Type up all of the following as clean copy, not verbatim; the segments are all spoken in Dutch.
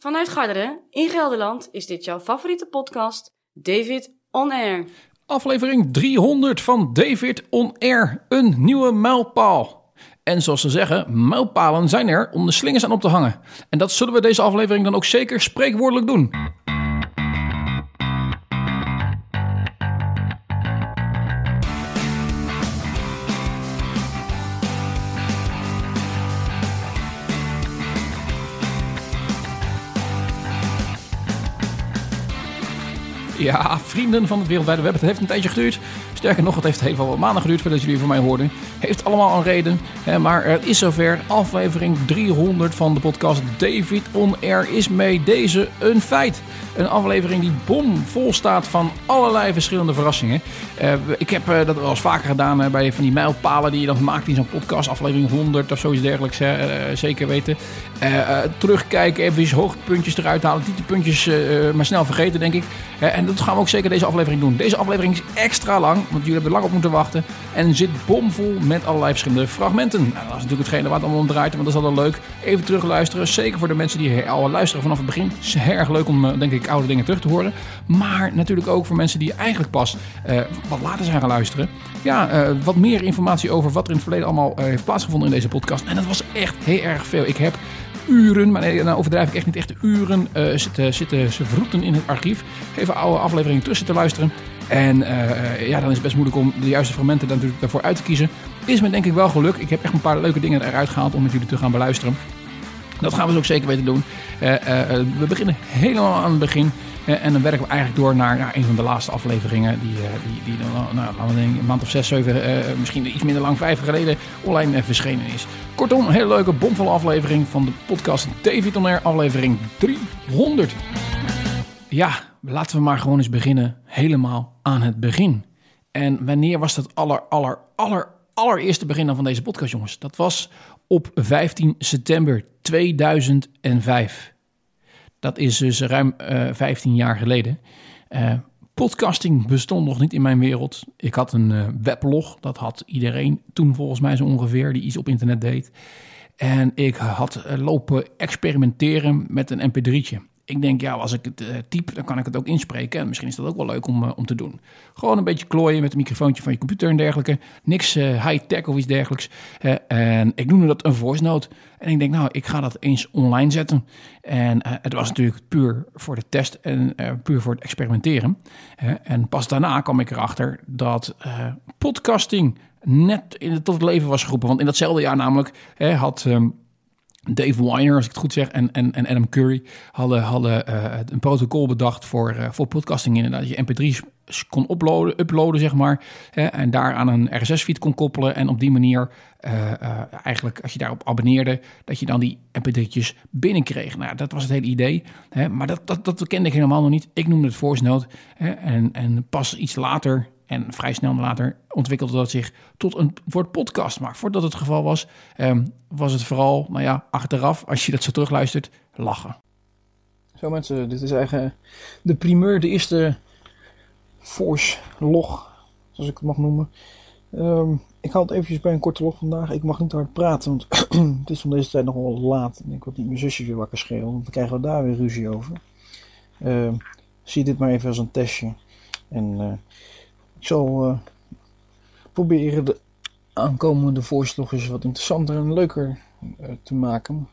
Vanuit Garderen in Gelderland is dit jouw favoriete podcast, David On Air. Aflevering 300 van David On Air, een nieuwe mijlpaal. En zoals ze zeggen, mijlpalen zijn er om de slingers aan op te hangen. En dat zullen we deze aflevering dan ook zeker spreekwoordelijk doen. Ja, vrienden van het wereldwijde web, het heeft een tijdje geduurd. Sterker nog, het heeft heel veel wat maanden geduurd voordat jullie van mij hoorden. Heeft allemaal een reden, maar het is zover. Aflevering 300 van de podcast David On Air is mee deze een feit. Een aflevering die bomvol staat van allerlei verschillende verrassingen. Ik heb dat wel eens vaker gedaan bij van die mijlpalen die je dan maakt in zo'n podcast. Aflevering 100 of zoiets dergelijks, zeker weten. Terugkijken, even hoogtepuntjes eruit halen. Dieptepuntjes maar snel vergeten, denk ik. En dat gaan we ook zeker deze aflevering doen. Deze aflevering is extra lang, want jullie hebben er lang op moeten wachten. En zit bomvol met allerlei verschillende fragmenten. Nou, dat is natuurlijk hetgene waar het allemaal om draait, want dat is altijd leuk. Even terug luisteren. Zeker voor de mensen die al luisteren vanaf het begin. Het is heel erg leuk om, denk ik, oude dingen terug te horen. Maar natuurlijk ook voor mensen die eigenlijk pas wat later zijn gaan luisteren. Ja, wat meer informatie over wat er in het verleden allemaal heeft plaatsgevonden in deze podcast. En dat was echt heel erg veel. Ik heb uren, maar nee, nou overdrijf ik echt niet, echt uren zitten ze vroeten in het archief. Even oude afleveringen tussen te luisteren. En ja, dan is het best moeilijk om de juiste fragmenten natuurlijk daarvoor uit te kiezen. Is me denk ik wel gelukt. Ik heb echt een paar leuke dingen eruit gehaald om met jullie te gaan beluisteren. Dat gaan we dus ook zeker weten doen. We beginnen helemaal aan het begin. En dan werken we eigenlijk door naar een van de laatste afleveringen. Die dan, laten we denken, een maand of 6, 7, misschien iets minder lang, 5 geleden online verschenen is. Kortom, een hele leuke, bomvolle aflevering van de podcast David On Air, aflevering 300. Ja, laten we maar gewoon eens beginnen helemaal aan het begin. En wanneer was dat allereerste begin van deze podcast, jongens? Dat was op 15 september 2005. Dat is dus ruim 15 jaar geleden. Podcasting bestond nog niet in mijn wereld. Ik had een weblog. Dat had iedereen toen volgens mij zo ongeveer die iets op internet deed. En ik had lopen experimenteren met een mp3'tje. Ik denk, ja, als ik het type, dan kan ik het ook inspreken. En misschien is dat ook wel leuk om te doen. Gewoon een beetje klooien met een microfoontje van je computer en dergelijke. Niks high-tech of iets dergelijks. En ik noemde dat een voice note. En ik denk, nou, ik ga dat eens online zetten. En het was natuurlijk puur voor de test en puur voor het experimenteren. En pas daarna kwam ik erachter dat podcasting net tot het leven was geroepen. Want in datzelfde jaar namelijk had Dave Winer, als ik het goed zeg, en Adam Curry hadden een protocol bedacht voor podcasting. Inderdaad, je mp3's kon uploaden, zeg maar. En daar aan een RSS-feed kon koppelen. En op die manier, eigenlijk als je daarop abonneerde, dat je dan die mp3'tjes binnenkreeg. Nou, dat was het hele idee. Maar dat kende ik helemaal nog niet. Ik noemde het voice note. En pas iets later, en vrij snel later, ontwikkelde dat zich tot een woord podcast. Maar voordat het geval was, was het vooral, nou ja, achteraf, als je dat zo terugluistert, lachen. Zo mensen, dit is eigenlijk de primeur, de eerste voice log, zoals ik het mag noemen. Ik haal het eventjes bij een korte log vandaag. Ik mag niet hard praten, want het is van deze tijd nog wel laat. En ik wil niet mijn zusje weer wakker schreeuwen, want dan krijgen we daar weer ruzie over. Zie dit maar even als een testje. En ik zal proberen de aankomende voice log eens wat interessanter en leuker te maken.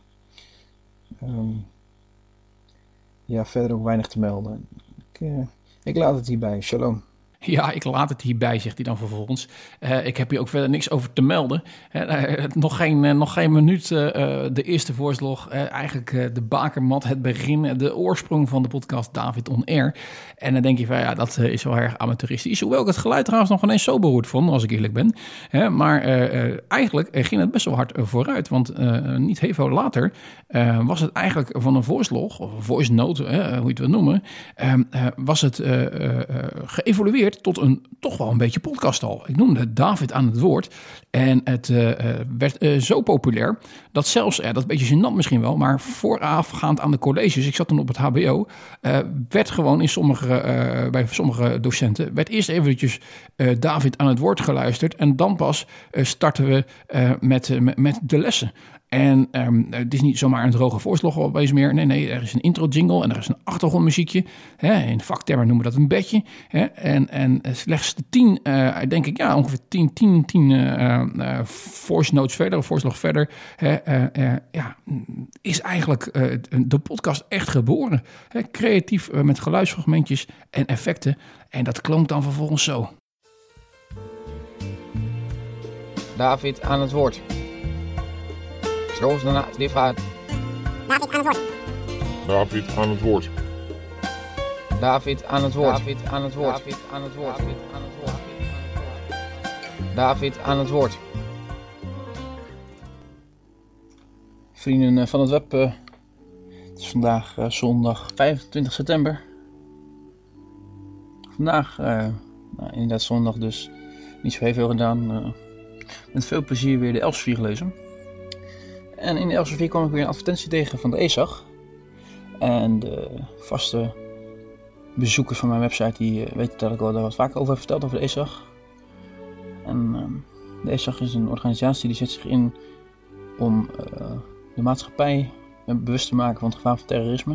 Ja, verder ook weinig te melden. Ik laat het hierbij. Shalom. Ja, ik laat het hierbij, zegt hij dan vervolgens. Ik heb hier ook verder niks over te melden. Nog geen minuut de eerste voice log. Eigenlijk de bakermat, het begin, de oorsprong van de podcast David On Air. En dan denk je van, ja, dat is wel erg amateuristisch. Hoewel ik het geluid trouwens nog ineens zo beroerd vond, als ik eerlijk ben. Maar eigenlijk ging het best wel hard vooruit. Want niet heel veel later was het eigenlijk van een voice log, of een voice note, hoe je het wil noemen, was het geëvolueerd tot een toch wel een beetje podcast al. Ik noemde het David aan het woord. En het werd zo populair dat zelfs, dat is een beetje gênant misschien wel, maar voorafgaand aan de colleges, ik zat toen op het HBO, werd gewoon bij sommige docenten, werd eerst eventjes David aan het woord geluisterd en dan pas starten we met de lessen. En het is niet zomaar een droge voorslag opeens meer. Nee, er is een intro jingle en er is een achtergrondmuziekje. In vaktermen noemen we dat een bedje. En slechts de 10, denk ik, ongeveer 10 voice notes verder, of voorslag verder, is eigenlijk de podcast echt geboren. Creatief met geluidsfragmentjes en effecten. En dat klonk dan vervolgens zo. David aan het woord. Schoof daarna die vraag. David aan het woord. David aan het woord. David aan het woord. David aan het woord. David aan het woord. David aan het woord. Vrienden van het web, het is vandaag zondag 25 september. Vandaag, inderdaad zondag dus, niet zo heel veel gedaan. Met veel plezier weer de Elsevier gelezen. En in de Elsevier kwam ik weer een advertentie tegen van de ESAG. En de vaste bezoekers van mijn website die weten dat ik al daar wat vaker over heb verteld, over de ESAG. En de ESAG is een organisatie die zet zich in om de maatschappij bewust te maken van het gevaar van terrorisme.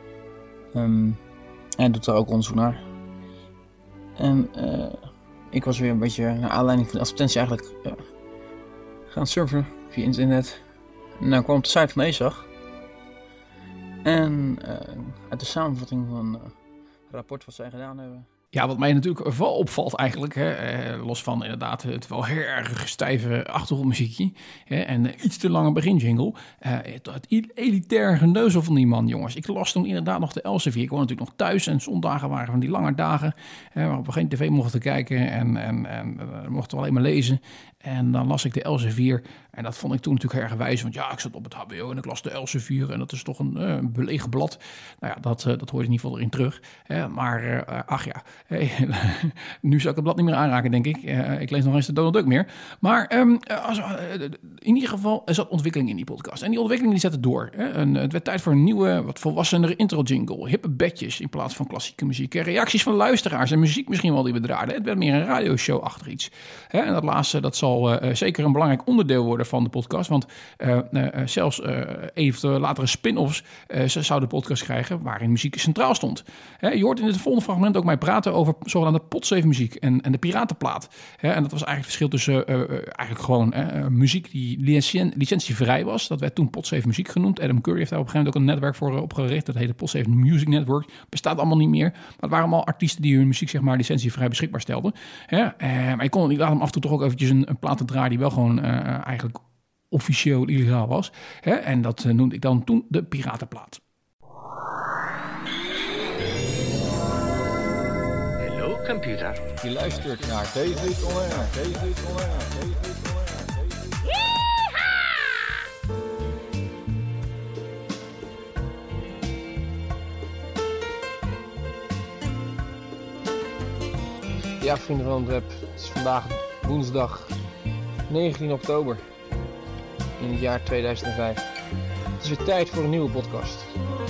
En doet daar ook onderzoek naar. En ik was weer een beetje naar aanleiding van de advertentie eigenlijk gaan surfen via internet. En dan kwam op de site van de ESAG. En uit de samenvatting van het rapport wat zij gedaan hebben. Ja, wat mij natuurlijk wel opvalt eigenlijk, los van inderdaad het wel heel erg stijve achtergrondmuziekje en iets te lange beginjingle, het elitair geneuzel van die man, jongens. Ik las toen inderdaad nog de Elsevier. Ik woon natuurlijk nog thuis en zondagen waren van die lange dagen waarop we geen tv mochten kijken en mochten we alleen maar lezen. En dan las ik de Elsevier en dat vond ik toen natuurlijk erg wijs, want ja, ik zat op het HBO en ik las de Elsevier en dat is toch een belegen blad. Nou ja, dat hoor je in ieder geval erin terug. Maar ach ja. Nu zou ik het blad niet meer aanraken, denk ik. Ik lees nog eens de Donald Duck meer. Maar in ieder geval, er zat ontwikkeling in die podcast. En die ontwikkeling die zette door. Het werd tijd voor een nieuwe, wat volwassenere intro-jingle. Hippe bedjes in plaats van klassieke muziek. Reacties van luisteraars en muziek misschien wel die we draaiden. Het werd meer een radioshow achter iets. En dat laatste, dat zal zeker een belangrijk onderdeel worden van de podcast. Want zelfs eventueel latere spin-offs zou de podcast krijgen waarin muziek centraal stond. Je hoort in het volgende fragment ook mij praten over zogenaamde potsafe-muziek en de piratenplaat. En dat was eigenlijk het verschil tussen eigenlijk gewoon muziek die licentievrij was. Dat werd toen potsafe muziek genoemd. Adam Curry heeft daar op een gegeven moment ook een netwerk voor opgericht. Dat heette Potsafe Music Network. Bestaat allemaal niet meer. Maar het waren allemaal artiesten die hun muziek zeg maar licentievrij beschikbaar stelden. Maar je kon het niet laten om af en toe toch ook eventjes een plaat te draaien die wel gewoon eigenlijk officieel illegaal was. En dat noemde ik dan toen de piratenplaat. Computer. Je luistert naar David Online. David Online. David Online. Ja, vrienden van het web. Het is vandaag woensdag 19 oktober in het jaar 2005. Het is weer tijd voor een nieuwe podcast.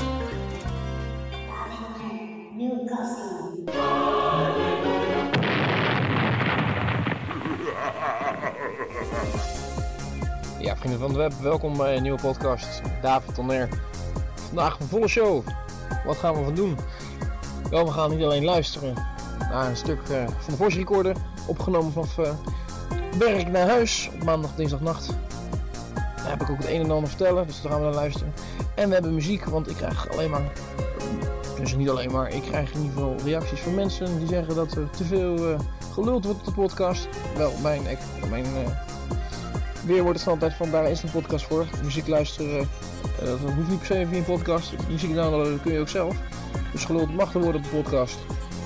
Ja, vrienden van het web, welkom bij een nieuwe podcast. David on Air. Vandaag een volle show. Wat gaan we van doen? Wel, we gaan niet alleen luisteren naar een stuk van de voice recorder, opgenomen vanaf werk naar huis op maandag, dinsdagnacht. Daar heb ik ook het een en ander vertellen, dus daar gaan we naar luisteren. En we hebben muziek, want ik krijg alleen maar, dus niet alleen maar, ik krijg in ieder geval reacties van mensen die zeggen dat er te veel geluld wordt op de podcast. Wel, mijn weer wordt het snel tijd van, daar is een podcast voor. Muziek luisteren, dat hoeft niet per se via een podcast. Muziek downloaden kun je ook zelf. Dus geluld mag er worden op de podcast.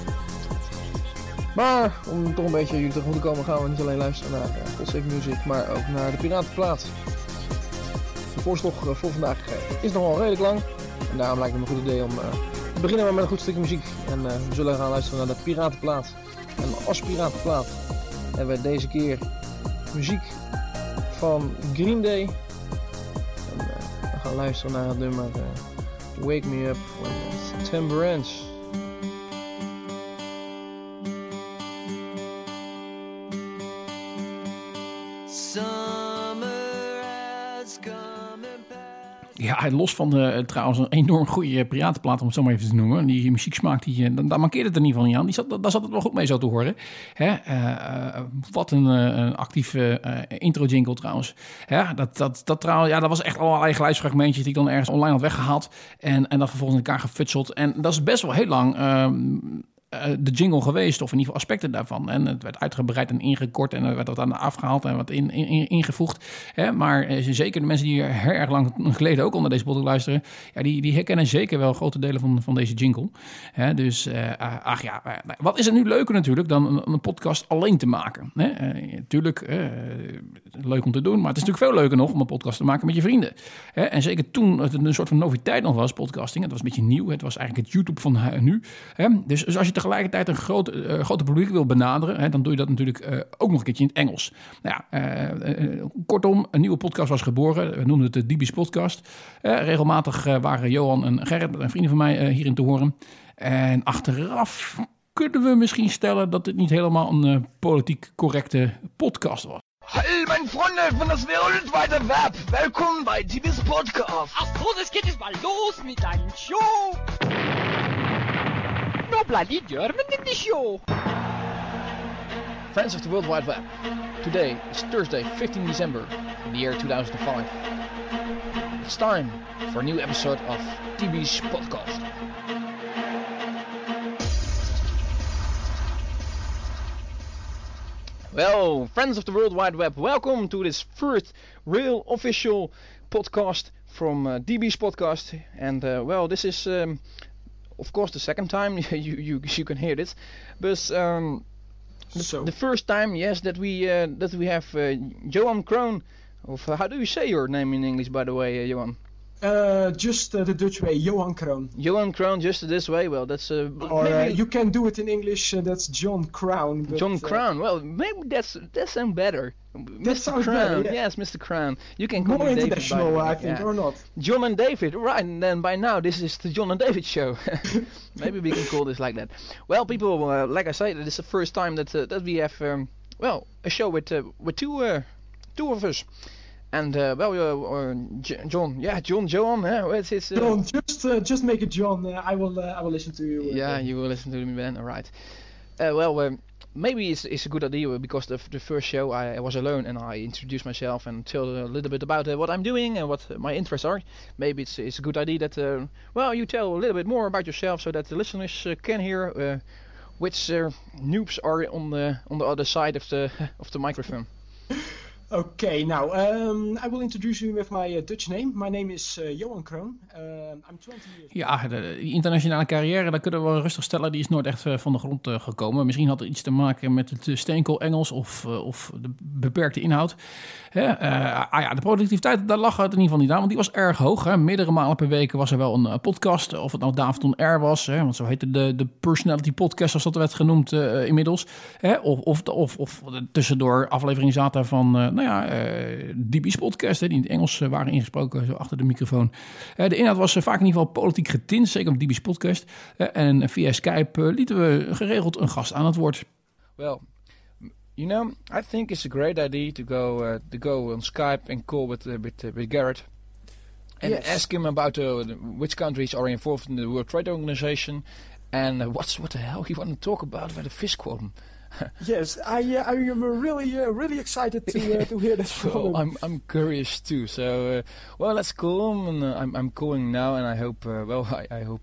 Maar om toch een beetje jullie tegemoet te komen, gaan we niet alleen luisteren naar Potsafe Music, maar ook naar de Piratenplaat. De voorslag voor vandaag is nog wel redelijk lang. En daarom lijkt het me een goed idee om te beginnen met een goed stukje muziek. En we zullen gaan luisteren naar de Piratenplaat. En als Piratenplaat hebben we deze keer muziek van Green Day. En we gaan luisteren naar het nummer Wake Me Up van Tambourines. Summer has come. Ja, en los van trouwens een enorm goede piratenplaat, om het zo maar even te noemen. Die muzieksmaak, daar mankeerde het er in ieder geval niet aan. Daar zat het wel goed mee zo te horen. Hè? Wat een actieve intro-jingle trouwens. Ja, dat was echt allerlei geluidsfragmentjes die ik dan ergens online had weggehaald. En dat vervolgens in elkaar gefutseld. En dat is best wel heel lang de jingle geweest, of in ieder geval aspecten daarvan. En het werd uitgebreid en ingekort en er werd wat aan afgehaald en wat ingevoegd. Maar zeker de mensen die heel erg lang geleden ook onder deze podcast luisteren, ja, die herkennen zeker wel grote delen van deze jingle. Dus, wat is er nu leuker natuurlijk dan een podcast alleen te maken? Natuurlijk, leuk om te doen, maar het is natuurlijk veel leuker nog om een podcast te maken met je vrienden. En zeker toen het een soort van noviteit nog was, podcasting. Het was een beetje nieuw. Het was eigenlijk het YouTube van nu. Dus als je tegelijkertijd een grote publiek wil benaderen, dan doe je dat natuurlijk ook nog een keertje in het Engels. Kortom, een nieuwe podcast was geboren. We noemden het de DB's Podcast. Regelmatig waren Johan en Gerrit, een vrienden van mij, hierin te horen. En achteraf kunnen we misschien stellen dat dit niet helemaal een politiek correcte podcast was. Hey, mein Freunde von das weltweite Web. Willkommen bei DB's Podcast. Ach so, das geht jetzt mal los mit deinem Show. No bloody German in the show. Friends of the World Wide Web. Today is Thursday, 15 December in the year 2005. It's time for a new episode of DB's Podcast. Well, friends of the World Wide Web, welcome to this first real official podcast from DB's Podcast. And this is of course the second time you can hear this, but the first time, yes, that we have Johan Kroon. Of how do you say your name in English, by the way, Johan? Just the Dutch way, Johan Kroon. Johan Kroon, just this way. Well, that's or you can do it in English. That's John Crown. But, John Crown. Well, maybe that sounds better. That sounds better. Yeah. Yes, Mr. Crown. You can call more me international, David, I think, or not. John and David, right? And then by now, this is the John and David show. Maybe we can call this like that. Well, people, like I said, this is the first time that we have a show with two of us. And John, Johan, it's John, just make it John. I will listen to you. You will listen to me then. All right. Maybe it's a good idea because the first show I was alone and I introduced myself and told a little bit about what I'm doing and what my interests are. Maybe it's a good idea that you tell a little bit more about yourself so that the listeners can hear which noobs are on the other side of the microphone. Okay, now I will introduce you with my Dutch name. My name is Johan Kroon. I'm 20 years old. Ja, de internationale carrière, dat kunnen we wel rustig stellen, die is nooit echt van de grond gekomen. Misschien had het iets te maken met het steenkool Engels of de beperkte inhoud. De productiviteit, daar lag het in ieder geval niet aan, want die was erg hoog. Meerdere malen per week was er wel een podcast, of het nou David on Air was, want zo heette de personality podcast, zoals dat werd genoemd inmiddels. Of tussendoor afleveringen zaten van DB's podcast, die in het Engels waren ingesproken, zo achter de microfoon. De inhoud was vaak in ieder geval politiek getint, zeker op DB's podcast. En via Skype lieten we geregeld een gast aan het woord. Well, you know, I think it's a great idea to go on Skype and call with Garrett. And ask him about which countries are involved in the World Trade Organization and what the hell he want to talk about the fish quorum. Yes, I am really excited to hear that from him. I'm curious too. So let's call him, and I'm calling now, and I hope I hope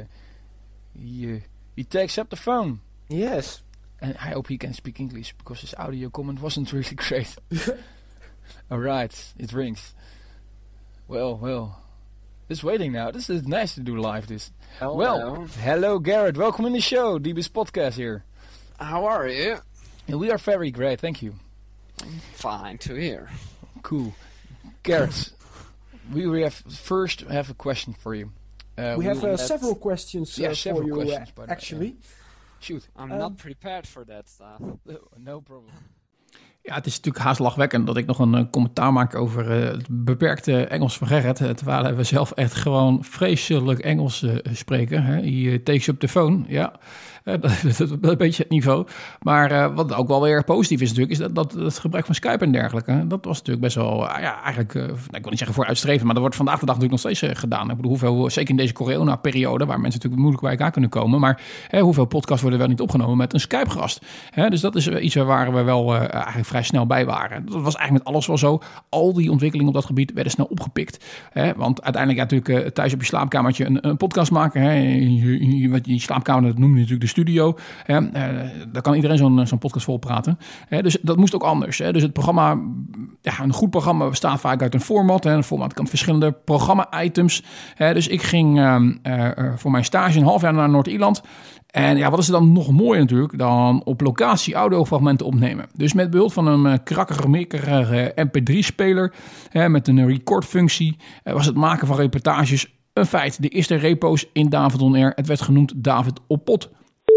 he takes up the phone. Yes, and I hope he can speak English because his audio comment wasn't really great. All right, it rings. Well, it's waiting now. This is nice to do live. This. Hello. Hello, Garrett. Welcome in the show, DB's Podcast here. How are you? We are very great, thank you. Fine to hear. Cool. Garrett, we have a question for you. We have several questions several for you, questions, actually. Shoot. I'm not prepared for that stuff. No problem. Ja, het is natuurlijk haast lachwekkend dat ik nog een commentaar maak over het beperkte Engels van Gerrit. Terwijl we zelf echt gewoon vreselijk Engels spreken. Hè. He takes up the phone, ja. Dat is een beetje het niveau. Maar wat ook wel weer positief is natuurlijk, is dat het gebruik van Skype en dergelijke. Dat was natuurlijk best wel, eigenlijk, ik wil niet zeggen vooruitstrevend, maar dat wordt vandaag de dag natuurlijk nog steeds gedaan. Ik bedoel, zeker in deze corona-periode, waar mensen natuurlijk moeilijk bij elkaar kunnen komen. Maar hoeveel podcasts worden wel niet opgenomen met een Skype-gast? Dus dat is iets waar we wel eigenlijk vrij snel bij waren. Dat was eigenlijk met alles wel zo. Al die ontwikkelingen op dat gebied werden snel opgepikt. Want uiteindelijk natuurlijk thuis op je slaapkamertje een podcast maken. Die slaapkamer, dat noem je natuurlijk de studio. Daar kan iedereen zo'n podcast vol praten. Dus dat moest ook anders. Dus het programma, een goed programma bestaat vaak uit een format. Een format kan verschillende programma-items. Dus ik ging voor mijn stage een half jaar naar Noord-Ierland. En wat is er dan nog mooier natuurlijk dan op locatie audiofragmenten opnemen. Dus met behulp van een krakkige mp3-speler met een recordfunctie was het maken van reportages een feit. De eerste repo's in David On Air. Het werd genoemd David op pot.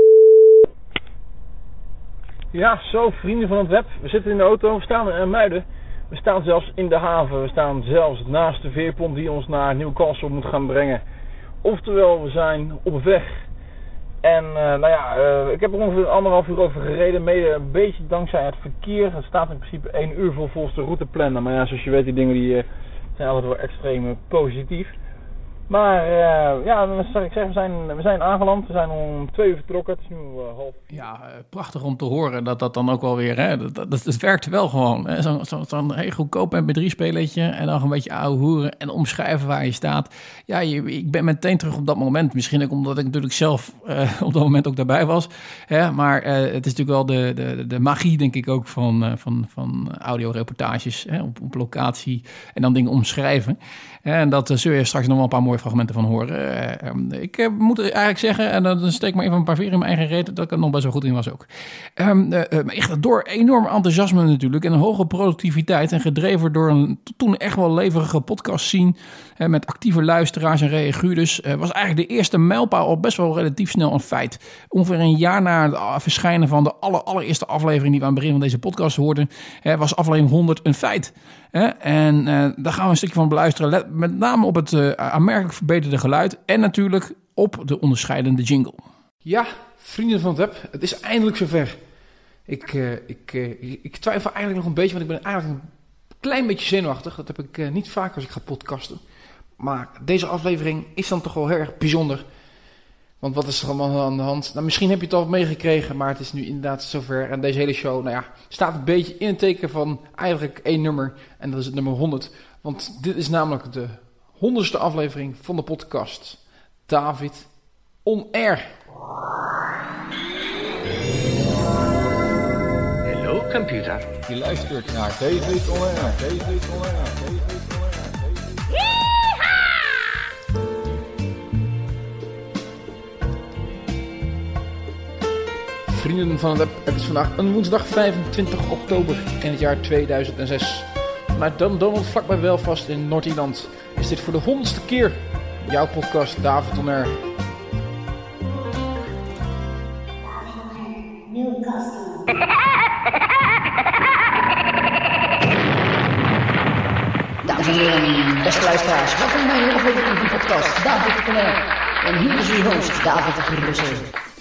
Ja, zo, vrienden van het web. We zitten in de auto, we staan in Muiden. We staan zelfs in de haven. We staan zelfs naast de veerpont die ons naar Newcastle moet gaan brengen. Oftewel, we zijn op weg. En ik heb er ongeveer 1,5 uur over gereden. Mede een beetje dankzij het verkeer. Het staat in principe 1 uur volgens de routeplanner. Maar ja, zoals je weet, die dingen die zijn altijd wel extreem positief. Maar we zijn aangeland. We zijn om 2 uur vertrokken. Het is nu 1:30. Ja, prachtig om te horen dat dan ook wel weer. Het werkt wel gewoon. Zo'n heel goedkoop mp3-spelertje en dan een beetje ouwe hoeren en omschrijven waar je staat. Ja, ik ben meteen terug op dat moment. Misschien ook omdat ik natuurlijk zelf op dat moment ook daarbij was. Maar het is natuurlijk wel de magie, denk ik, ook van audioreportages op locatie en dan dingen omschrijven. En dat zul je straks nog wel een paar mooie fragmenten van horen. Ik moet eigenlijk zeggen, en dan steek ik maar even een paar veren in mijn eigen reet, dat ik er nog best wel goed in was ook. Echt door enorm enthousiasme natuurlijk en een hoge productiviteit en gedreven door een toen echt wel leverige podcast scene met actieve luisteraars en reaguurders, was eigenlijk de eerste mijlpaal al best wel relatief snel een feit. Ongeveer een jaar na het verschijnen van de allereerste aflevering die we aan het begin van deze podcast hoorden, was aflevering 100 een feit. En daar gaan we een stukje van beluisteren. Met name op het aanmerkelijk verbeterde geluid. En natuurlijk op de onderscheidende jingle. Ja, vrienden van het web. Het is eindelijk zover. Ik twijfel eigenlijk nog een beetje. Want ik ben eigenlijk een klein beetje zenuwachtig. Dat heb ik niet vaak als ik ga podcasten. Maar deze aflevering is dan toch wel heel erg bijzonder. Want wat is er allemaal aan de hand? Nou, misschien heb je het al meegekregen, maar het is nu inderdaad zover. En deze hele show, staat een beetje in het teken van eigenlijk 1 nummer. En dat is het nummer 100. Want dit is namelijk de 100ste aflevering van de podcast David On Air. Hello, computer. Je luistert naar David On Air. David On Air. David On Air. Vrienden van het web, het is vandaag een woensdag 25 oktober in het jaar 2006. Maar Donald vlakbij Belfast in Noord-Ierland is dit voor de 100ste keer jouw podcast David On Air. Dames en heren, beste luisteraars, welkom bij een nieuwe aflevering van de podcast David On Air. En hier is uw host, David Russel.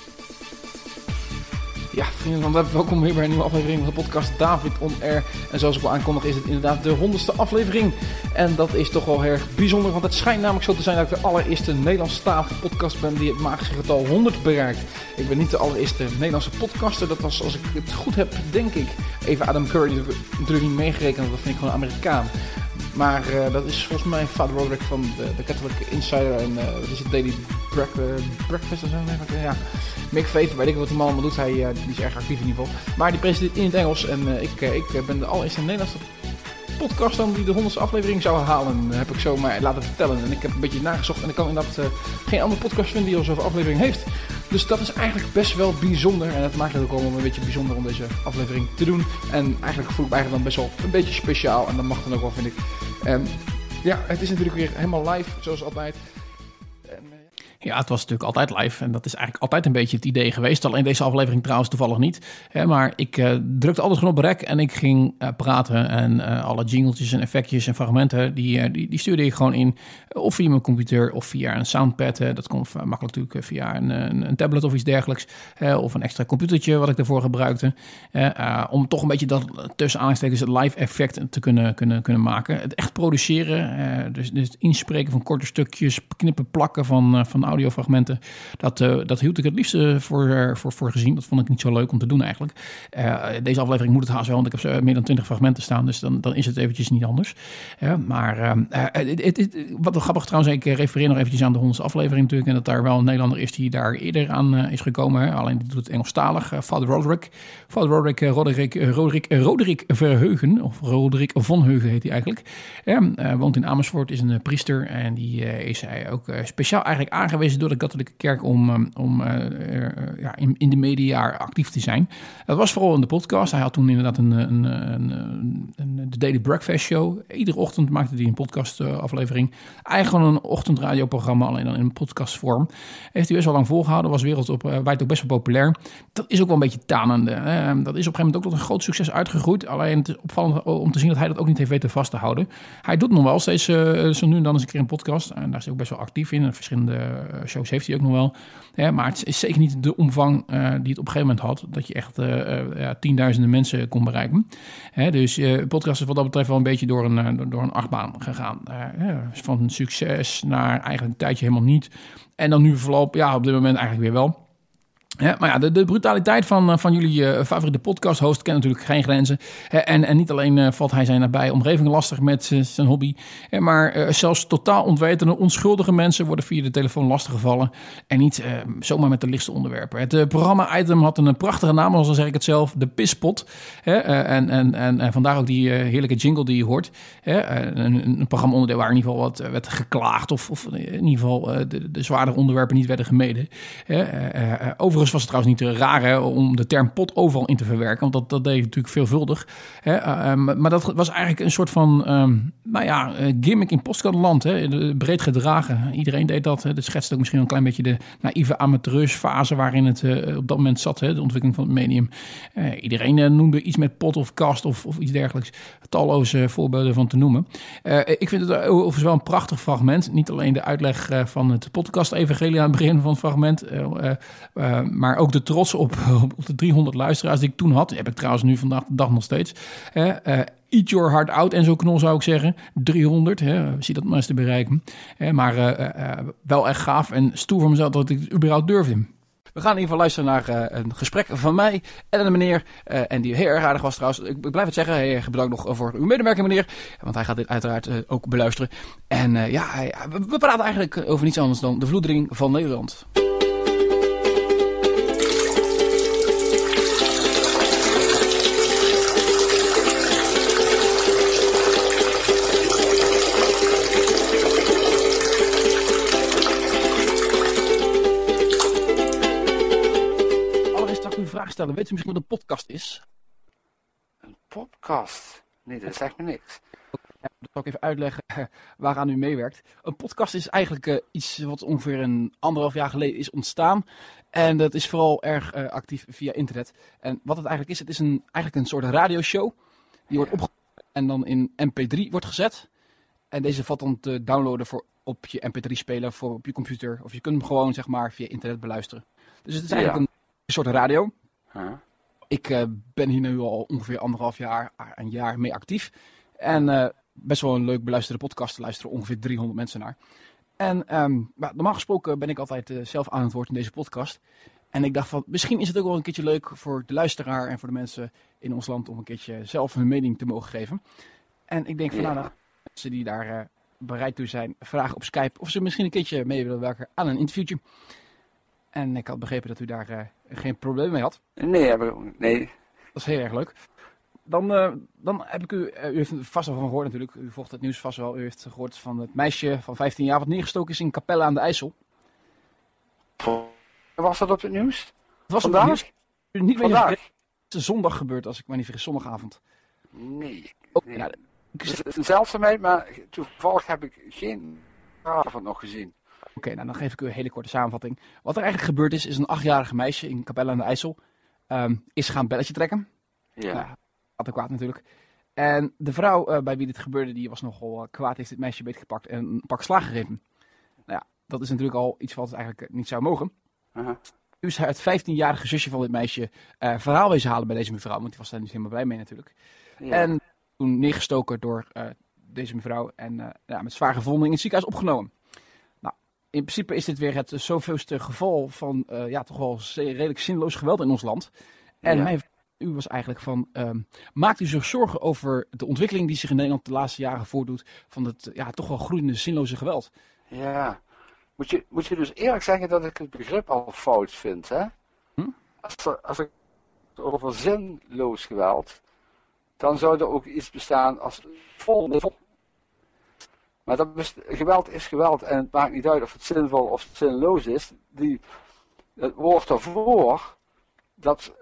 Ja, vrienden van het web, welkom weer bij een nieuwe aflevering van de podcast David On Air. En zoals ik al aankondig is het inderdaad de 100ste aflevering. En dat is toch wel heel erg bijzonder, want het schijnt namelijk zo te zijn dat ik de allereerste Nederlandstalige podcast ben die het magische getal 100 bereikt. Ik ben niet de allereerste Nederlandse podcaster, dat was, als ik het goed heb, denk ik, even Adam Curry, die heb ik natuurlijk niet meegerekend, want dat vind ik gewoon Amerikaan. Maar dat is volgens mij Father Roderick van de Catholic Insider en dat is het Daily Breakfast of zo. Ja. Mick Faith, weet ik wat die man allemaal doet, die is erg actief in ieder geval. Maar die presenteert in het Engels en ik ben de allereerste Nederlandse podcast dan die de 100ste aflevering zou halen, heb ik zo maar laten vertellen. En ik heb een beetje nagezocht en ik kan inderdaad geen andere podcast vinden die al zoveel aflevering heeft. Dus dat is eigenlijk best wel bijzonder en dat maakt het ook allemaal een beetje bijzonder om deze aflevering te doen. En eigenlijk voel ik me eigenlijk dan best wel een beetje speciaal en dat mag dan ook wel, vind ik. Ja, het is natuurlijk weer helemaal live, zoals altijd. Ja, het was natuurlijk altijd live en dat is eigenlijk altijd een beetje het idee geweest. Alleen deze aflevering trouwens toevallig niet. Maar ik drukte altijd gewoon op rek en ik ging praten en alle jingletjes en effectjes en fragmenten, die stuurde ik gewoon in. Of via mijn computer of via een soundpad. Dat kon makkelijk natuurlijk via een tablet of iets dergelijks. Of een extra computertje wat ik daarvoor gebruikte. Om toch een beetje dat tussen aanstekens het live effect te kunnen maken. Het echt produceren, dus het inspreken van korte stukjes, knippen, plakken van audiofragmenten. Dat hield ik het liefst voor gezien. Dat vond ik niet zo leuk om te doen eigenlijk. Deze aflevering moet het haast wel, want ik heb meer dan 20 fragmenten staan. Dus dan is het eventjes niet anders. Wat grappig trouwens, ik refereer nog eventjes aan de 100ste aflevering natuurlijk. En dat daar wel een Nederlander is die daar eerder aan is gekomen. Hè. Alleen die doet het Engelstalig. Father Roderick. Roderick Verheugen. Of Roderick von Heugen heet hij eigenlijk. Woont in Amersfoort, is een priester. En die is hij ook speciaal eigenlijk aangewezen door de katholieke kerk om in de media actief te zijn. Dat was vooral in de podcast. Hij had toen inderdaad de Daily Breakfast Show. Iedere ochtend maakte hij een podcast aflevering. Eigenlijk gewoon een ochtendradioprogramma, alleen dan in een podcastvorm. Heeft hij best wel lang volgehouden. Was wereldwijd ook best wel populair. Dat is ook wel een beetje tanende. Dat is op een gegeven moment ook tot een groot succes uitgegroeid. Alleen het is opvallend om te zien dat hij dat ook niet heeft weten vast te houden. Hij doet nog wel steeds zo nu en dan eens een keer een podcast. En daar is hij ook best wel actief in. Verschillende shows heeft hij ook nog wel. Maar het is zeker niet de omvang die het op een gegeven moment had. Dat je echt tienduizenden mensen kon bereiken. Dus de podcast is wat dat betreft wel een beetje door een achtbaan gegaan. Van succes naar eigenlijk een tijdje helemaal niet. En dan nu voorlopig, op dit moment eigenlijk weer wel. Ja, maar de brutaliteit van jullie favoriete podcast-host kent natuurlijk geen grenzen. En niet alleen valt hij zijn nabij omgeving lastig met zijn hobby. Maar zelfs totaal onwetende, onschuldige mensen worden via de telefoon lastiggevallen. En niet zomaar met de lichtste onderwerpen. Het programma-item had een prachtige naam, al zeg ik het zelf. De Pispot. En vandaar ook die heerlijke jingle die je hoort. Een programma-onderdeel waar in ieder geval wat werd geklaagd. Of in ieder geval de zwaardere onderwerpen niet werden gemeden. Overigens was het trouwens niet raar om de term pot overal in te verwerken. Want dat deed je natuurlijk veelvuldig. Maar dat was eigenlijk een soort van gimmick in podcastland. Breed gedragen. Iedereen deed dat. Dat schetst ook misschien een klein beetje de naïeve amateursfase waarin het op dat moment zat. De ontwikkeling van het medium. Iedereen noemde iets met pot of cast of iets dergelijks. Talloze voorbeelden van te noemen. Ik vind het overigens wel een prachtig fragment. Niet alleen de uitleg van het podcast-evangelie aan het begin van het fragment. Maar ook de trots op de 300 luisteraars die ik toen had. Die heb ik trouwens nu vandaag de dag nog steeds. Eat your heart out en zo knol zou ik zeggen. 300, zie dat maar eens te bereiken. Maar wel echt gaaf en stoer voor mezelf dat ik het überhaupt durfde. We gaan in ieder geval luisteren naar een gesprek van mij en een meneer. En die heel erg aardig was trouwens. Ik blijf het zeggen. Hey, bedankt nog voor uw medewerking, meneer. Want hij gaat dit uiteraard ook beluisteren. En we praten eigenlijk over niets anders dan de vloedering van Nederland. Vraag stellen. Weet u misschien wat een podcast is? Een podcast? Nee, dat zegt me niks. Ja, dat zal ik even uitleggen waaraan u meewerkt. Een podcast is eigenlijk iets wat ongeveer 1,5 jaar geleden is ontstaan. En dat is vooral erg actief via internet. En wat het eigenlijk is, het is eigenlijk een soort radioshow. Die wordt opgenomen en dan in mp3 wordt gezet. En deze valt dan te downloaden op je mp3-speler voor op je computer. Of je kunt hem gewoon zeg maar via internet beluisteren. Dus het is eigenlijk een soort radio. Ik ben hier nu al ongeveer 1,5 jaar, een jaar mee actief. En best wel een leuk beluisterde podcast. Er luisteren ongeveer 300 mensen naar. En normaal gesproken ben ik altijd zelf aan het woord in deze podcast. En ik dacht van, misschien is het ook wel een keertje leuk voor de luisteraar en voor de mensen in ons land om een keertje zelf hun mening te mogen geven. En ik denk van mensen die daar bereid toe zijn, vragen op Skype of ze misschien een keertje mee willen werken aan een interviewtje. En ik had begrepen dat u daar geen probleem mee had. Nee. Dat is heel erg leuk. Dan heb ik u heeft er vast wel van gehoord natuurlijk. U volgt het nieuws vast wel. U heeft gehoord van het meisje van 15 jaar wat neergestoken is in Capelle aan de IJssel. Was dat op het nieuws? Het was vandaag? Niet vandaag? Het is zondag gebeurd, als ik me niet vergis, zondagavond. Nee. Okay, het is een zeldzaamheid, maar toevallig heb ik geen avond nog gezien. Oké, nou dan geef ik u een hele korte samenvatting. Wat er eigenlijk gebeurd is een 8-jarige meisje in Capelle aan de IJssel is gaan belletje trekken. Ja. Nou, adequaat natuurlijk. En de vrouw bij wie dit gebeurde, die was nogal kwaad, heeft dit meisje beetgepakt en een pak slaag gegeven. Nou ja, dat is natuurlijk al iets wat eigenlijk niet zou mogen. Uh-huh. Nu is het 15-jarige zusje van dit meisje verhaal wezen halen bij deze mevrouw, want die was daar niet helemaal blij mee natuurlijk. Ja. En toen neergestoken door deze mevrouw en met zware verwondingen in het ziekenhuis opgenomen. Nou, in principe is dit weer het zoveelste geval van toch wel redelijk zinloos geweld in ons land. En Ja. mijn vraag aan u was eigenlijk van, maakt u zich zorgen over de ontwikkeling die zich in Nederland de laatste jaren voordoet van het toch wel groeiende zinloze geweld? Ja. Moet je dus eerlijk zeggen dat ik het begrip al fout vind, hè? Als ik het over zinloos geweld, dan zou er ook iets bestaan als vol. Maar geweld is geweld en het maakt niet uit of het zinvol of het zinloos is. Het woord daarvoor, dat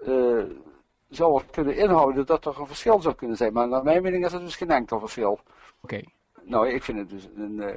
zou wel kunnen inhouden dat er een verschil zou kunnen zijn. Maar naar mijn mening is er dus geen enkel verschil. Oké. Nou, ik vind het dus een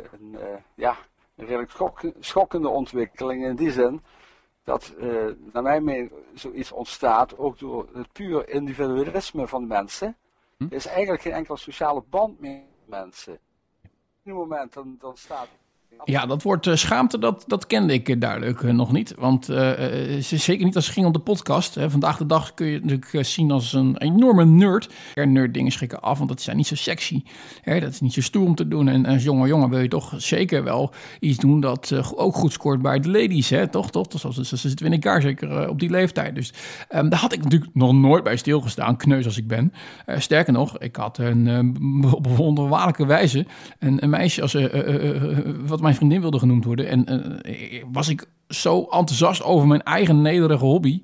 redelijk schokkende ontwikkeling in die zin dat naar mijn mening zoiets ontstaat ook door het puur individualisme van mensen. Er is eigenlijk geen enkele sociale band meer met mensen. Op een moment dan staat... Ja, dat woord schaamte, dat kende ik duidelijk nog niet. Want zeker niet als het ging om de podcast. Vandaag de dag kun je natuurlijk zien als een enorme nerd. Nerd dingen schrikken af, want dat zijn niet zo sexy. Dat is niet zo stoer om te doen. En als jongen wil je toch zeker wel iets doen dat ook goed scoort bij de ladies. Toch? Zoals ze zitten in elkaar, zeker op die leeftijd. Dus daar had ik natuurlijk nog nooit bij stilgestaan, kneus als ik ben. Sterker nog, ik had op een wonderbaarlijke wijze een meisje als... wat mijn vriendin wilde genoemd worden. En was ik zo enthousiast over mijn eigen nederige hobby,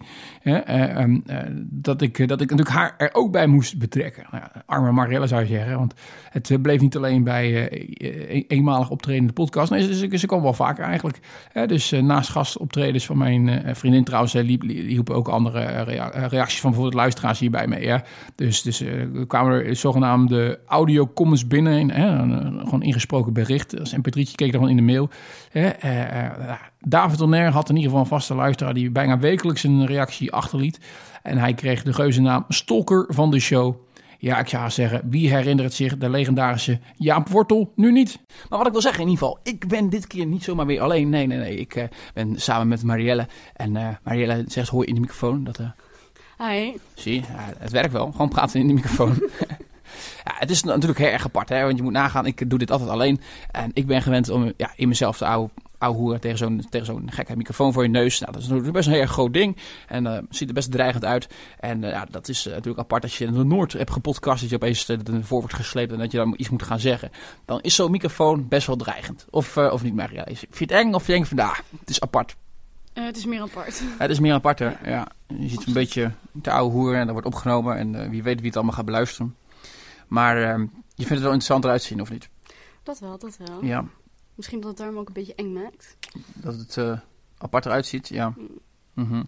dat ik natuurlijk haar er ook bij moest betrekken. Nou, arme Marielle zou je zeggen, want het bleef niet alleen bij eenmalig optreden in de podcast. Nee, ze kwam wel vaker eigenlijk. Dus naast gastoptredens van mijn vriendin trouwens, liepen ook andere reacties van bijvoorbeeld luisteraars hierbij mee. Ja. Dus kwamen er zogenaamde audio-comments binnen, gewoon ingesproken bericht. Als mp3'tje keek daarvan in de mail. David Tonnerre had in ieder geval een vaste luisteraar die bijna wekelijks een reactie achterliet. En hij kreeg de geuzennaam Stalker van de show. Ja, ik zou zeggen, wie herinnert zich de legendarische Jaap Wortel nu niet? Maar wat ik wil zeggen in ieder geval, ik ben dit keer niet zomaar weer alleen. Nee. Ik ben samen met Marielle. En Marielle zegt, hoor je in de microfoon? Hi. Zie, het werkt wel. Gewoon praten in de microfoon. Ja, het is natuurlijk heel erg apart, want je moet nagaan, ik doe dit altijd alleen. En ik ben gewend om in mezelf te ouwehoeren tegen zo'n gekke microfoon voor je neus. Nou, dat is natuurlijk best een heel erg groot ding. En ziet er best dreigend uit. En dat is natuurlijk apart als je in de Noord hebt gepodcast, dat je opeens voor wordt gesleept en dat je dan iets moet gaan zeggen. Dan is zo'n microfoon best wel dreigend. Of niet meer. Ja, vind je het eng of je denkt van, het is apart. Het is meer apart. Het is meer apart, hè. Ja. Je ziet een beetje te ouwehoeren en dat wordt opgenomen. En wie weet wie het allemaal gaat beluisteren. Maar je vindt het wel interessant eruit zien, of niet? Dat wel. Ja. Misschien dat het daarom ook een beetje eng maakt. Dat het apart eruit ziet, ja. Mm-hmm.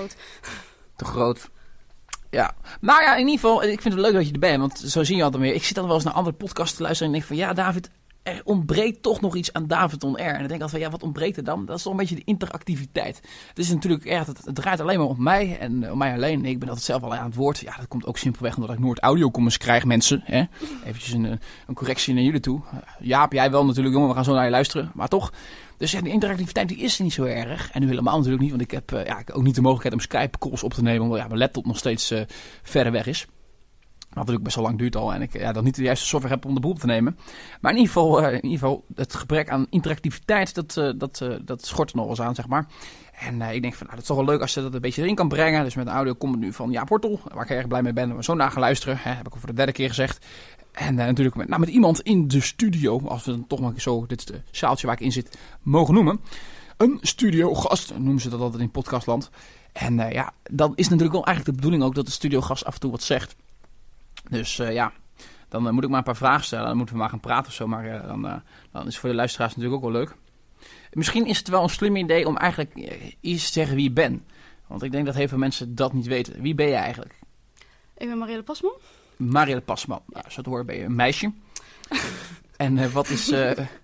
Te groot. Ja. Nou ja, in ieder geval, ik vind het leuk dat je er bent. Want zo zie je altijd meer. Ik zit dan wel eens naar andere podcasts te luisteren en denk van, ja, David, er ontbreekt toch nog iets aan David on Air. En dan denk ik altijd van, wat ontbreekt er dan? Dat is toch een beetje de interactiviteit. Het is natuurlijk echt, het draait alleen maar om mij en om mij alleen. Nee, ik ben altijd zelf al aan het woord. Ja, dat komt ook simpelweg omdat ik nooit audio-comments krijg, mensen. Eventjes een correctie naar jullie toe. Jaap, jij wel natuurlijk, jongen, we gaan zo naar je luisteren. Maar toch, dus ja, die interactiviteit die is niet zo erg. En nu helemaal natuurlijk niet, want ik heb ook niet de mogelijkheid om Skype-calls op te nemen. Omdat mijn laptop nog steeds verder weg is. Wat natuurlijk best wel lang duurt al en ik dan niet de juiste software heb om de boel op te nemen. Maar in ieder geval het gebrek aan interactiviteit, dat schort er nog wel eens aan, zeg maar. En ik denk van, dat is toch wel leuk als je dat een beetje erin kan brengen. Dus met een audio komt het nu van Jaap Wortel, waar ik erg blij mee ben. We zo naar gaan luisteren, heb ik al voor de 3e keer gezegd. En natuurlijk met iemand in de studio, als we dan toch maar zo dit zaaltje waar ik in zit mogen noemen. Een studiogast, noemen ze dat altijd in podcastland. En dan is natuurlijk wel eigenlijk de bedoeling ook dat de studiogast af en toe wat zegt. Dus dan moet ik maar een paar vragen stellen. Dan moeten we maar gaan praten of zo. Maar dan is het voor de luisteraars natuurlijk ook wel leuk. Misschien is het wel een slim idee om eigenlijk iets te zeggen wie je bent. Want ik denk dat heel veel mensen dat niet weten. Wie ben je eigenlijk? Ik ben Marielle Pasman. Marielle Pasman. Nou, zo te horen ben je een meisje. En wat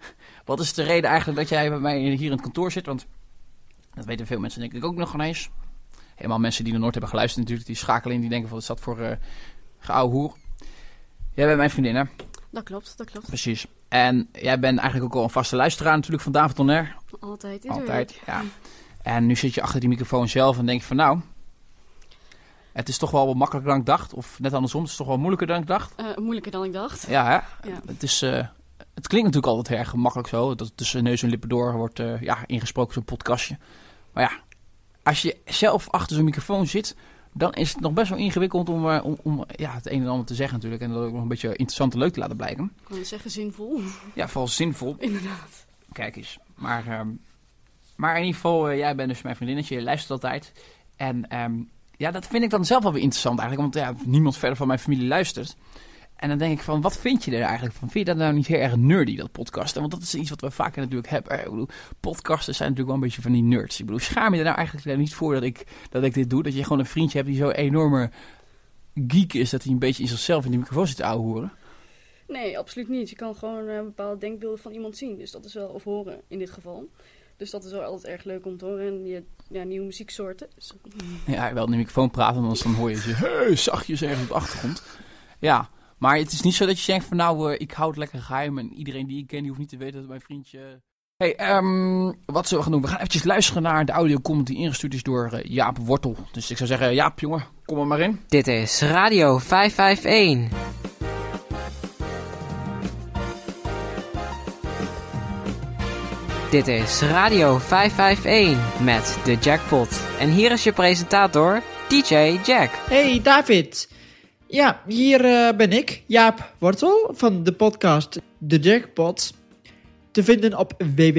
Wat is de reden eigenlijk dat jij bij mij hier in het kantoor zit? Want dat weten veel mensen denk ik ook nog ineens. Helemaal mensen die nog nooit hebben geluisterd natuurlijk. Die schakelen in, die denken van wat is dat voor geouwe hoer. Jij bent mijn vriendin, hè? Dat klopt. Precies. En jij bent eigenlijk ook al een vaste luisteraar natuurlijk van David On Air. Altijd, ja. En nu zit je achter die microfoon zelf en denk je van nou, het is toch wel wat makkelijker dan ik dacht. Of net andersom, het is toch wel moeilijker dan ik dacht. Moeilijker dan ik dacht. Ja, hè? Ja. Het klinkt natuurlijk altijd erg gemakkelijk zo. Dat tussen neus en lippen door wordt ingesproken zo'n podcastje. Maar ja, als je zelf achter zo'n microfoon zit, dan is het nog best wel ingewikkeld om het een en ander te zeggen natuurlijk. En dat ook nog een beetje interessant en leuk te laten blijken. Ik kan zeggen zinvol. Ja, vooral zinvol. Inderdaad. Kijk eens. Maar in ieder geval, jij bent dus mijn vriendinnetje. Je luistert altijd. En dat vind ik dan zelf wel weer interessant eigenlijk. Want niemand verder van mijn familie luistert. En dan denk ik van, wat vind je er eigenlijk van? Vind je dat nou niet heel erg nerdy, dat podcasten? Want dat is iets wat we vaker natuurlijk hebben. Ik bedoel, podcasters zijn natuurlijk wel een beetje van die nerds. Ik bedoel, schaam je er nou eigenlijk niet voor dat ik dit doe? Dat je gewoon een vriendje hebt die zo'n enorme geek is, dat hij een beetje in zichzelf in die microfoon zit te ouwehoeren? Nee, absoluut niet. Je kan gewoon bepaalde denkbeelden van iemand zien. Dus dat is wel, of horen in dit geval. Dus dat is wel altijd erg leuk om te horen. En nieuwe muzieksoorten. Dus... Ja, wel in de microfoon praten, anders dan hoor je ze zachtjes ergens op de achtergrond. Ja. Maar het is niet zo dat je denkt van nou, ik hou het lekker geheim en iedereen die ik ken, die hoeft niet te weten dat mijn vriendje... Hey, wat zullen we gaan doen? We gaan eventjes luisteren naar de audio-comment die ingestuurd is door Jaap Wortel. Dus ik zou zeggen, Jaap, jongen, kom er maar in. Dit is Radio 551. Dit is Radio 551 met de Jackpot. En hier is je presentator, DJ Jack. Hey David. Ja, hier ben ik, Jaap Wortel, van de podcast The Jackpot. Te vinden op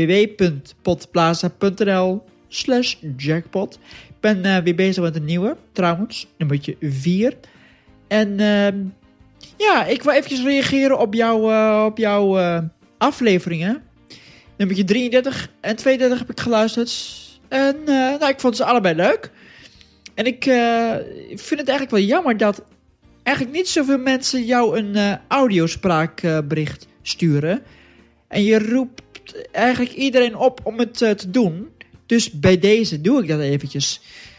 www.podplaza.nl/jackpot. Ik ben weer bezig met een nieuwe, trouwens, nummertje 4. En ik wil eventjes reageren op jouw afleveringen. Nummertje 33 en 32 heb ik geluisterd. En ik vond ze allebei leuk. En ik vind het eigenlijk wel jammer dat eigenlijk niet zoveel mensen jou een audiospraakbericht sturen. En je roept eigenlijk iedereen op om het te doen. Dus bij deze doe ik dat eventjes.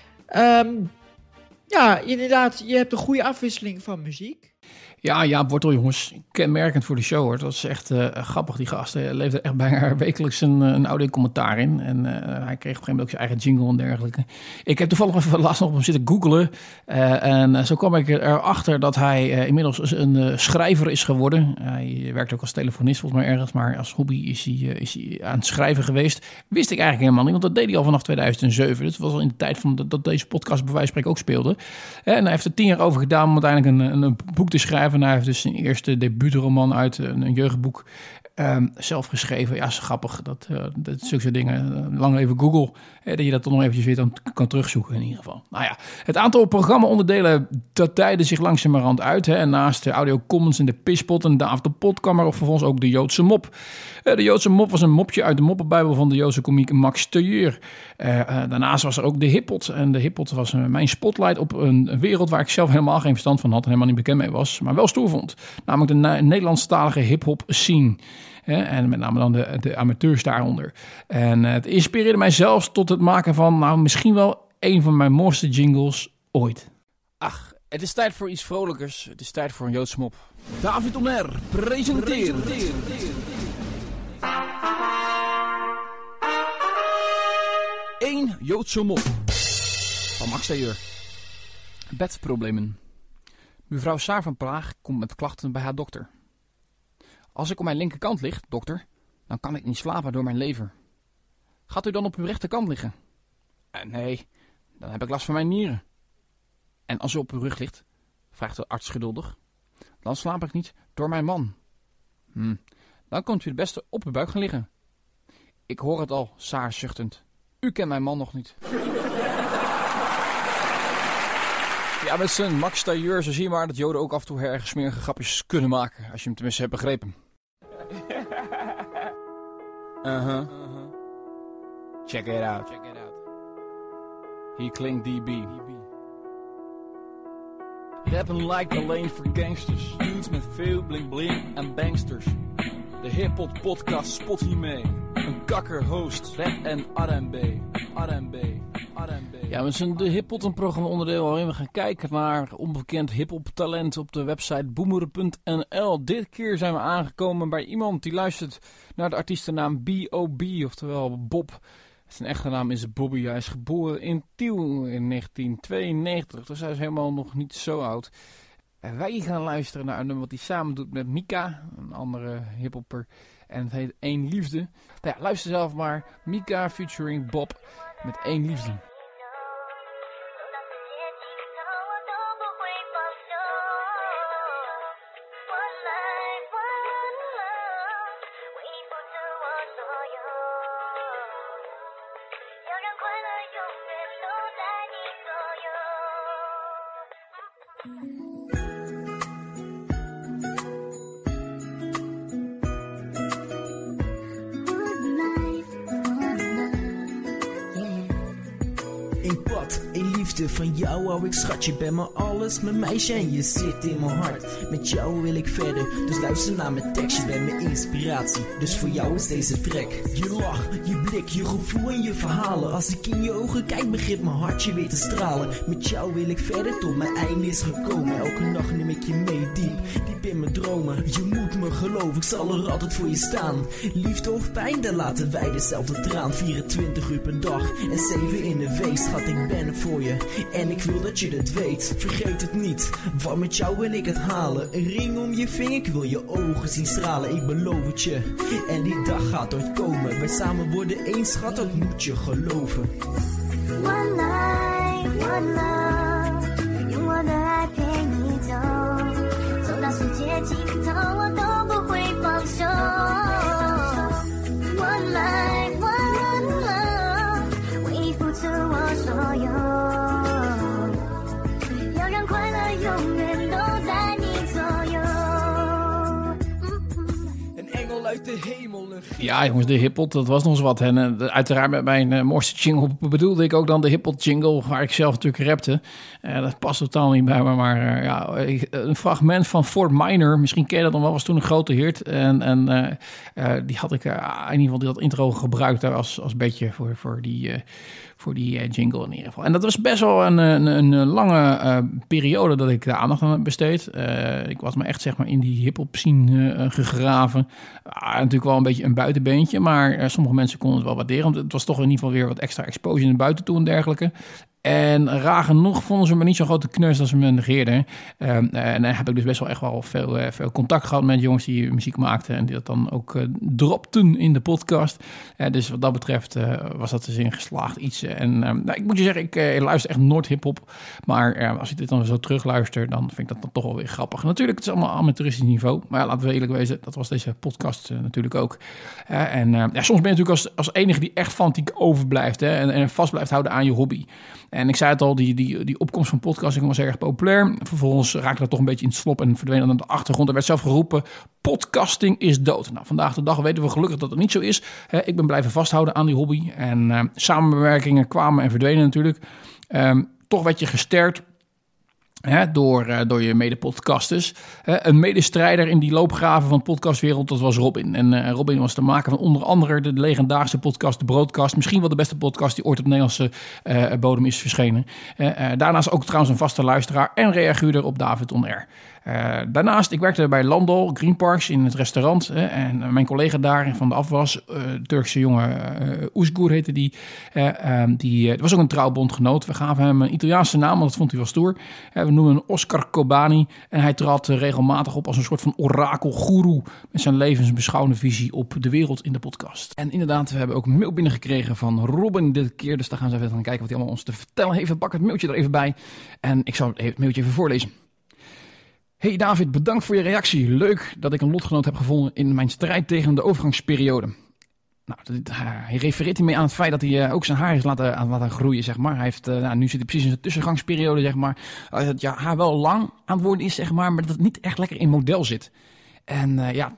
Inderdaad, je hebt een goede afwisseling van muziek. Ja, Jaap Wortel, jongens. Kenmerkend voor de show, hoor. Dat is echt grappig, die gast. Hij leefde echt bijna wekelijks een audio-commentaar in. En hij kreeg op een gegeven moment ook zijn eigen jingle en dergelijke. Ik heb toevallig even laatst nog op hem zitten googlen. En zo kwam ik erachter dat hij inmiddels een schrijver is geworden. Hij werkt ook als telefonist volgens mij ergens. Maar als hobby is hij aan het schrijven geweest. Wist ik eigenlijk helemaal niet, want dat deed hij al vanaf 2007. Dus het was al in de tijd van dat deze podcast bij wijze van spreken ook speelde. En hij heeft er 10 jaar over gedaan om uiteindelijk een boek te schrijven. En hij heeft dus zijn eerste debuutroman uit een jeugdboek zelf geschreven. Ja, is grappig. Dat zulke dingen. Lang even Google. Dat je dat toch nog eventjes weer kan terugzoeken in ieder geval. Nou ja, het aantal programma-onderdelen dat tijden zich langzamerhand uit. En naast de Audio Commons en de Pispot en David de Pot kwam er vervolgens ook de Joodse Mop. De Joodse Mop was een mopje uit de moppenbijbel van de Joodse komiek Max Tailleur. Daarnaast was er ook de Hippot. En de Hippot was mijn spotlight op een wereld waar ik zelf helemaal geen verstand van had en helemaal niet bekend mee was. Maar wel stoer vond. Namelijk de Nederlandstalige hip-hop scene. En met name dan de amateurs daaronder. En het inspireerde mij zelfs tot het maken van misschien wel een van mijn mooiste jingles ooit. Ach, het is tijd voor iets vrolijkers. Het is tijd voor een Joodse mop. David On Air presenteert. Eén Joodse mop. Van Max Tailleur. Bedproblemen. Mevrouw Saar van Praag komt met klachten bij haar dokter. Als ik op mijn linkerkant lig, dokter, dan kan ik niet slapen door mijn lever. Gaat u dan op uw rechterkant liggen? Nee, dan heb ik last van mijn nieren. En als u op uw rug ligt, vraagt de arts geduldig, dan slaap ik niet door mijn man. Dan kunt u het beste op uw buik gaan liggen. Ik hoor het al, Saar zuchtend. U kent mijn man nog niet. Ja, met zijn Max Tailleur, zo zie je maar dat Joden ook af en toe erg smerige grapjes kunnen maken. Als je hem tenminste hebt begrepen. Check it out. He klinkt DB. Rappen lijkt alleen voor gangsters. Dudes met veel bling bling en banksters. De Hip-Hop Podcast spot hiermee. Een kakker host, rap en R&B. Ja, we zijn de Hip-Hop een programma onderdeel waarin we gaan kijken naar onbekend hip-hop talent op de website boomer.nl. Dit keer zijn we aangekomen bij iemand die luistert naar de artiestennaam B.O.B, oftewel Bob. Zijn echte naam is Bobby. Hij is geboren in Tiel in 1992, dus hij is helemaal nog niet zo oud. En wij gaan luisteren naar een nummer wat hij samen doet met Mika, een andere hiphopper. En het heet Eén Liefde. Nou ja, luister zelf maar. Mika featuring Bob met Eén Liefde. Van jou hou ik schat, je bent mijn alles, mijn meisje en je zit in mijn hart. Met jou wil ik verder, dus luister naar mijn tekst, je bent mijn inspiratie, dus voor jou is deze track. Je lach, je blik, je gevoel en je verhalen. Als ik in je ogen kijk, begint mijn hartje weer te stralen. Met jou wil ik verder, tot mijn einde is gekomen. Elke nacht neem ik je mee, diep in mijn dromen. Je moet me geloven, ik zal er altijd voor je staan. Liefde of pijn, dan laten wij dezelfde traan. 24 uur per dag en 7 in de week, schat, ik ben er voor je. En ik wil dat je het weet, vergeet het niet, want met jou wil ik het halen. Een ring om je vinger, ik wil je ogen zien stralen, ik beloof het je. En die dag gaat ooit komen, wij samen worden één, schat, dat moet je geloven. One life, one love， 用我的爱陪你走，走到世界尽头，我都不会放手。One life, one love， 为你付出我所有。永远都在你左右。 Een engel uit de hemel. Ja, jongens, de hiphop, dat was nog eens wat. En uiteraard met mijn mooiste jingle bedoelde ik ook dan de hiphop jingle, waar ik zelf natuurlijk rapte. Dat past totaal niet bij me, maar ja, een fragment van Fort Minor, misschien ken je dat nog wel, was toen een grote hit. En die had ik in ieder geval dat intro gebruikt als bedje voor die jingle in ieder geval. En dat was best wel een lange periode dat ik daar aandacht aan heb besteed. Ik was me echt zeg maar in die hip-hop scene gegraven. Natuurlijk wel een beetje een buitenbeentje, maar sommige mensen konden het wel waarderen. Want het was toch in ieder geval weer wat extra exposure naar buiten toe en dergelijke. En raar genoeg vonden ze me niet zo'n grote kneus als ze me negeerden. En dan heb ik dus best wel echt wel veel contact gehad met jongens die muziek maakten en die dat dan ook dropten in de podcast. Dus wat dat betreft was dat dus een geslaagd iets. En ik moet je zeggen, ik luister echt nooit hiphop. Maar als ik dit dan zo terugluister, dan vind ik dat dan toch wel weer grappig. Natuurlijk, het is allemaal amateuristisch niveau. Maar ja, laten we eerlijk wezen, dat was deze podcast natuurlijk ook. Soms ben je natuurlijk als enige die echt fanatiek overblijft en vast blijft houden aan je hobby. En ik zei het al, die opkomst van podcasting was erg populair. Vervolgens raakte dat toch een beetje in het slop en verdween dan aan de achtergrond. Er werd zelf geroepen, podcasting is dood. Nou, vandaag de dag weten we gelukkig dat het niet zo is. Ik ben blijven vasthouden aan die hobby. En samenwerkingen kwamen en verdwenen natuurlijk. Toch werd je gesterkt. Door je mede-podcasters. Een medestrijder in die loopgraven van de podcastwereld, dat was Robin. En Robin was de maker van onder andere de legendarische podcast De Broadcast. Misschien wel de beste podcast die ooit op Nederlandse bodem is verschenen. Daarnaast ook trouwens een vaste luisteraar en reaguurder op David On Air. Daarnaast, ik werkte bij Landal Green Parks in het restaurant. En mijn collega daar van de afwas, Turkse jongen Oesgur heette die. Die was ook een trouwbondgenoot. We gaven hem een Italiaanse naam, want dat vond hij wel stoer. We noemen hem Oscar Kobani. En hij trad regelmatig op als een soort van orakelgoeroe met zijn levensbeschouwende visie op de wereld in de podcast. En inderdaad, we hebben ook een mail binnengekregen van Robin dit keer. Dus daar gaan ze even gaan kijken wat hij allemaal ons te vertellen heeft. Pak het mailtje er even bij. En ik zal het mailtje even voorlezen. Hey David, bedankt voor je reactie. Leuk dat ik een lotgenoot heb gevonden in mijn strijd tegen de overgangsperiode. Nou, hij refereert hiermee aan het feit dat hij ook zijn haar is laten groeien, zeg maar. Hij heeft, nu zit hij precies in zijn tussengangsperiode, zeg maar. Dat je haar wel lang aan het worden is, zeg maar dat het niet echt lekker in model zit. En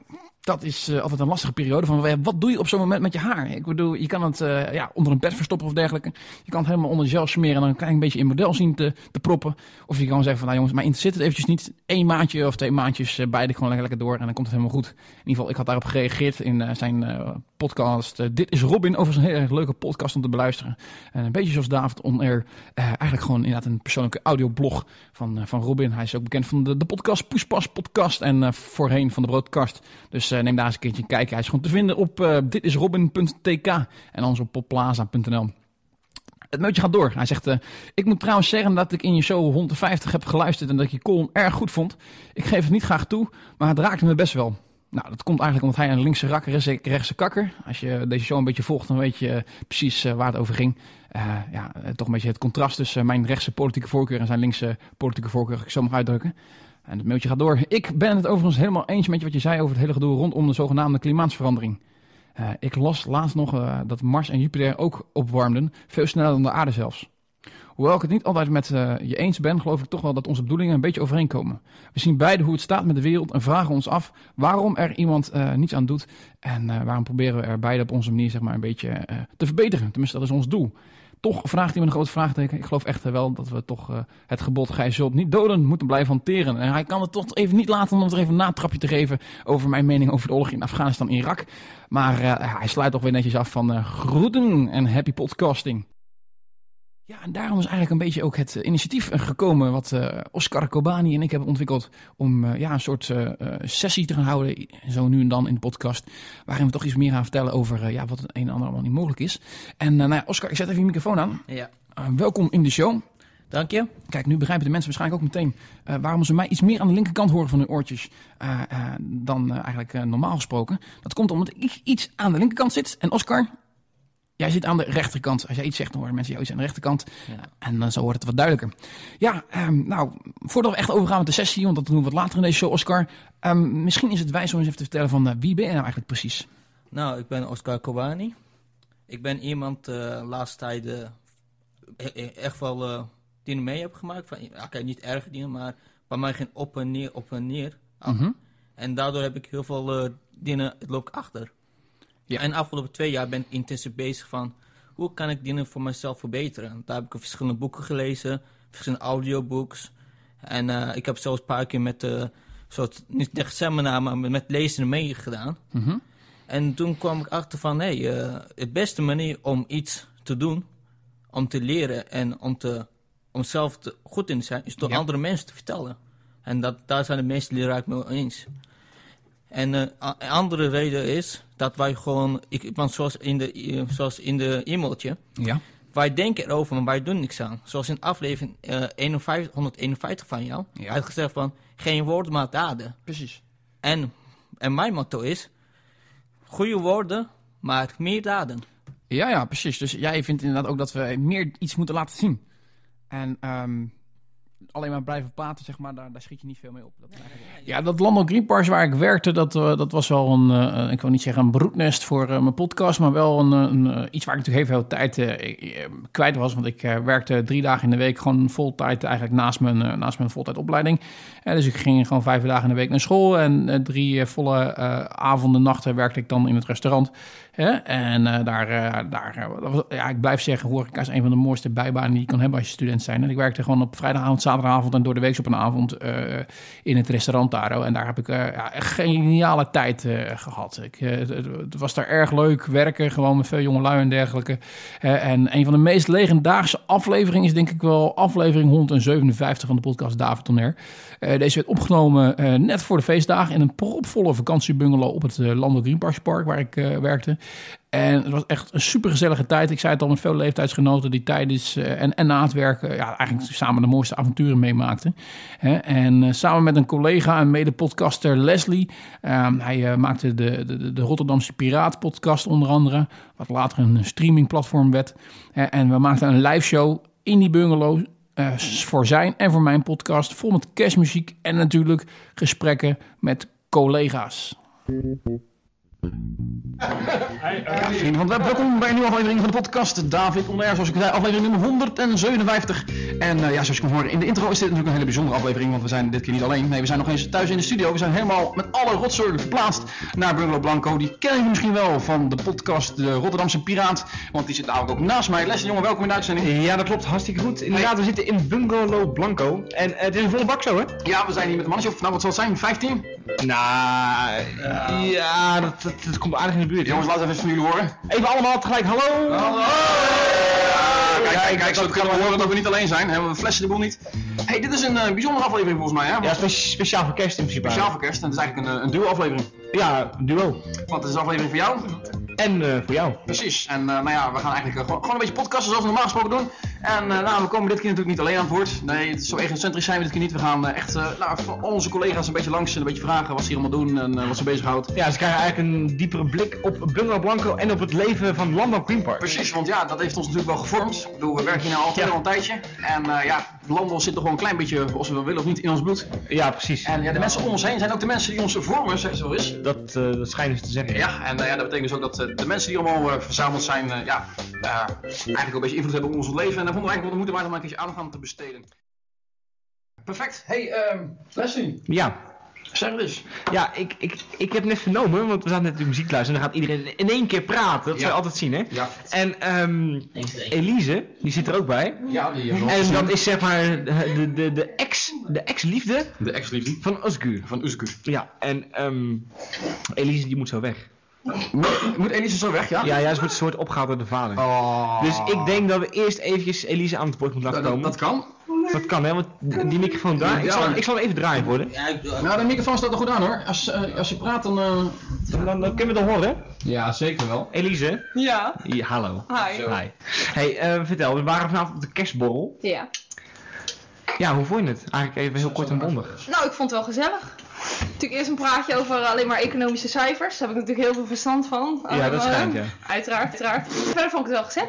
Dat is altijd een lastige periode. Van, wat doe je op zo'n moment met je haar? Ik bedoel, je kan het onder een bed verstoppen of dergelijke. Je kan het helemaal onder de gel smeren en dan kan je een beetje in model zien te proppen. Of je kan zeggen van, nou jongens, maar interesseert het eventjes niet. 1 maandje of 2 maandjes, beide gewoon lekker door en dan komt het helemaal goed. In ieder geval, ik had daarop gereageerd in zijn podcast. Dit is Robin, overigens een hele erg leuke podcast om te beluisteren. Een beetje zoals David On Air. Eigenlijk gewoon inderdaad een persoonlijke audioblog van Robin. Hij is ook bekend van de podcast Poespas podcast en voorheen van de Broadcast. Dus neem daar eens een keertje een kijken. Hij is gewoon te vinden op ditisrobin.tk en anders op popplaza.nl. Het mailtje gaat door. Hij zegt, ik moet trouwens zeggen dat ik in je show 150 heb geluisterd en dat ik je column erg goed vond. Ik geef het niet graag toe, maar het raakte me best wel. Nou, dat komt eigenlijk omdat hij een linkse rakker is, ik rechtse kakker. Als je deze show een beetje volgt, dan weet je precies waar het over ging. Toch een beetje het contrast tussen mijn rechtse politieke voorkeur en zijn linkse politieke voorkeur, als ik zo mag uitdrukken. En het mailtje gaat door. Ik ben het overigens helemaal eens met je wat je zei over het hele gedoe rondom de zogenaamde klimaatsverandering. Ik las laatst nog dat Mars en Jupiter ook opwarmden, veel sneller dan de aarde zelfs. Hoewel ik het niet altijd met je eens ben, geloof ik toch wel dat onze bedoelingen een beetje overeenkomen. We zien beide hoe het staat met de wereld en vragen ons af waarom er iemand niets aan doet. En waarom proberen we er beide op onze manier zeg maar, een beetje te verbeteren. Tenminste, dat is ons doel. Toch vraagt hij met een groot vraagteken. Ik geloof echt wel dat we toch het gebod gij zult niet doden moeten blijven hanteren. En hij kan het toch even niet laten om er even een natrapje te geven over mijn mening over de oorlog in Afghanistan en Irak. Maar hij sluit toch weer netjes af van groeten en happy podcasting. Ja, en daarom is eigenlijk een beetje ook het initiatief gekomen wat Oscar Kobani en ik hebben ontwikkeld om een soort sessie te gaan houden, zo nu en dan in de podcast, waarin we toch iets meer gaan vertellen over wat het een en ander allemaal niet mogelijk is. En Oscar, ik zet even je microfoon aan. Ja. Welkom in de show. Dank je. Kijk, nu begrijpen de mensen waarschijnlijk ook meteen waarom ze mij iets meer aan de linkerkant horen van hun oortjes dan eigenlijk normaal gesproken. Dat komt omdat ik iets aan de linkerkant zit en Oscar, jij zit aan de rechterkant. Als jij iets zegt, dan horen mensen jou iets aan de rechterkant. Ja. En dan zo wordt het wat duidelijker. Ja, voordat we echt overgaan met de sessie, want dat doen we wat later in deze show, Oscar. Misschien is het wijs om eens even te vertellen van wie ben je nou eigenlijk precies? Nou, ik ben Oscar Kobani. Ik ben iemand laatste tijd echt wel dingen mee heb gemaakt. Oké, niet erg dingen, maar bij mij geen op en neer. Mm-hmm. En daardoor heb ik heel veel dingen, het loopt achter. Ja. En de afgelopen 2 jaar ben ik intensief bezig van hoe kan ik dingen voor mezelf verbeteren. Daar heb ik verschillende boeken gelezen, verschillende audiobooks. En ik heb zelfs een paar keer met, niet echt seminar, maar met lezen meegedaan. Mm-hmm. En toen kwam ik achter van, het beste manier om iets te doen, om te leren en om zelf goed in te zijn, is door andere mensen te vertellen. En daar zijn de meeste leraren mee eens. En een andere reden is dat wij gewoon, want zoals in de e-mailtje, wij denken erover, maar wij doen niks aan. Zoals in aflevering 151 van jou, hij had gezegd van, geen woorden maar daden. Precies. En mijn motto is, goede woorden, maar meer daden. Ja, precies. Dus jij vindt inderdaad ook dat we meer iets moeten laten zien. En alleen maar blijven praten, zeg maar, daar schiet je niet veel mee op. Dat Landal Green Parks waar ik werkte, dat was wel een, ik wil niet zeggen een broednest voor mijn podcast, maar wel een iets waar ik natuurlijk heel veel tijd kwijt was. Want ik werkte 3 dagen in de week gewoon voltijd eigenlijk naast mijn voltijdopleiding. Dus ik ging gewoon 5 dagen in de week naar school en 3 volle avonden, nachten werkte ik dan in het restaurant. En ik blijf zeggen, horeca is een van de mooiste bijbanen die je kan hebben als je student zijn. En ik werkte gewoon op vrijdagavond, zaterdagavond en door de week op een avond in het restaurant daar. En daar heb ik echt geniale tijd gehad. Het was daar erg leuk werken, gewoon met veel jongelui en dergelijke. En een van de meest legendarische afleveringen is denk ik wel aflevering 157 van de podcast David On Air. Deze werd opgenomen net voor de feestdagen in een propvolle vakantiebungalow op het Landal Green Parks Park waar ik werkte. En het was echt een supergezellige tijd. Ik zei het al, met veel leeftijdsgenoten die tijdens en na het werken eigenlijk samen de mooiste avonturen meemaakten. En samen met een collega en mede-podcaster Leslie. Hij maakte de Rotterdamse Piraat podcast onder andere, wat later een streamingplatform werd. En we maakten een live show in die bungalow voor zijn en voor mijn podcast, vol met kerstmuziek en natuurlijk gesprekken met collega's. Vrienden van het web, welkom bij een nieuwe aflevering van de podcast. David On Air, zoals ik zei, aflevering nummer 157. En zoals je kon horen in de intro is dit natuurlijk een hele bijzondere aflevering, want we zijn dit keer niet alleen. Nee, we zijn nog eens thuis in de studio. We zijn helemaal met alle rotzooi verplaatst naar Bungalow Blanco. Die ken je misschien wel van de podcast De Rotterdamse Piraat, want die zit namelijk ook naast mij. Leslie, jongen, welkom in de uitzending. Ja, dat klopt, hartstikke goed. Inderdaad, we zitten in Bungalow Blanco. En het is een volle bak zo, hè? Ja, we zijn hier met een mannetje of, nou wat zal het zijn, 15? Nou, ja, dat komt aardig in de buurt. Jongens, laten we even van jullie horen. Even allemaal tegelijk, hallo! Hallo! Kijk, zo kunnen we horen dat we niet alleen zijn. We flessen de boel niet. Hey, dit is een bijzondere aflevering volgens mij, hè? Ja, speciaal voor kerst in principe. Speciaal voor kerst, en het is eigenlijk een duo-aflevering. Ja, een duo. Want het is een aflevering voor jou. En voor jou. Precies. En we gaan eigenlijk gewoon een beetje podcasten zoals we normaal gesproken doen. En we komen dit keer natuurlijk niet alleen aan het woord. Nee, zo egocentrisch zijn we dit keer niet. We gaan echt van onze collega's een beetje langs en een beetje vragen wat ze hier allemaal doen en wat ze bezighoudt. Ja, ze krijgen eigenlijk een diepere blik op Bungalow Blanco en op het leven van Landbouw Green Park. Precies, want ja, dat heeft ons natuurlijk wel gevormd. Ik bedoel, we werken hier nou altijd al een tijdje. En landbouw zit toch gewoon een klein beetje, of we willen of niet, in ons bloed. Ja, precies. En de mensen om ons heen zijn ook de mensen die ons vormen, zeg je zo eens. Dat schijnen ze te zeggen. Ja, en dat betekent dus ook dat de mensen die allemaal verzameld zijn, eigenlijk ook een beetje invloed hebben op ons leven. En daar vonden we eigenlijk wel de moeite waard om een keertje aandacht aan te besteden. Perfect. Hey, Leslie. Ja. Zeg het eens. Ja, ik heb net vernomen, want we zaten net de muziek luisteren en dan gaat iedereen in één keer praten. Dat zou je altijd zien, hè? Ja. En Elise, die zit er ook bij. Ja, die en dat is zeg maar de ex-liefde. De ex-liefde. Van Özgür. Van Özgür. Ja, en Elise die moet zo weg. Moet Elise zo weg, ja? Ja, ze wordt een soort opgehaald door de vader. Oh. Dus ik denk dat we eerst eventjes Elise aan het woord moeten laten komen. Dat kan? Dat kan, hè, want die microfoon daar, ik zal hem even draaien voor de. Nou, de microfoon staat er goed aan, hoor. Als je praat, dan kunnen we het horen. Ja, zeker wel. Elise? Ja. Hallo. Hi. Hi. Hey, vertel, we waren vanavond op de kerstborrel. Ja. Ja, hoe vond je het? Eigenlijk even heel kort en bondig. Nou, ik vond het wel gezellig. Natuurlijk eerst een praatje over alleen maar economische cijfers. Daar heb ik natuurlijk heel veel verstand van. Ja, dat schijnt, ja. Uiteraard. Verder vond ik het wel gezellig.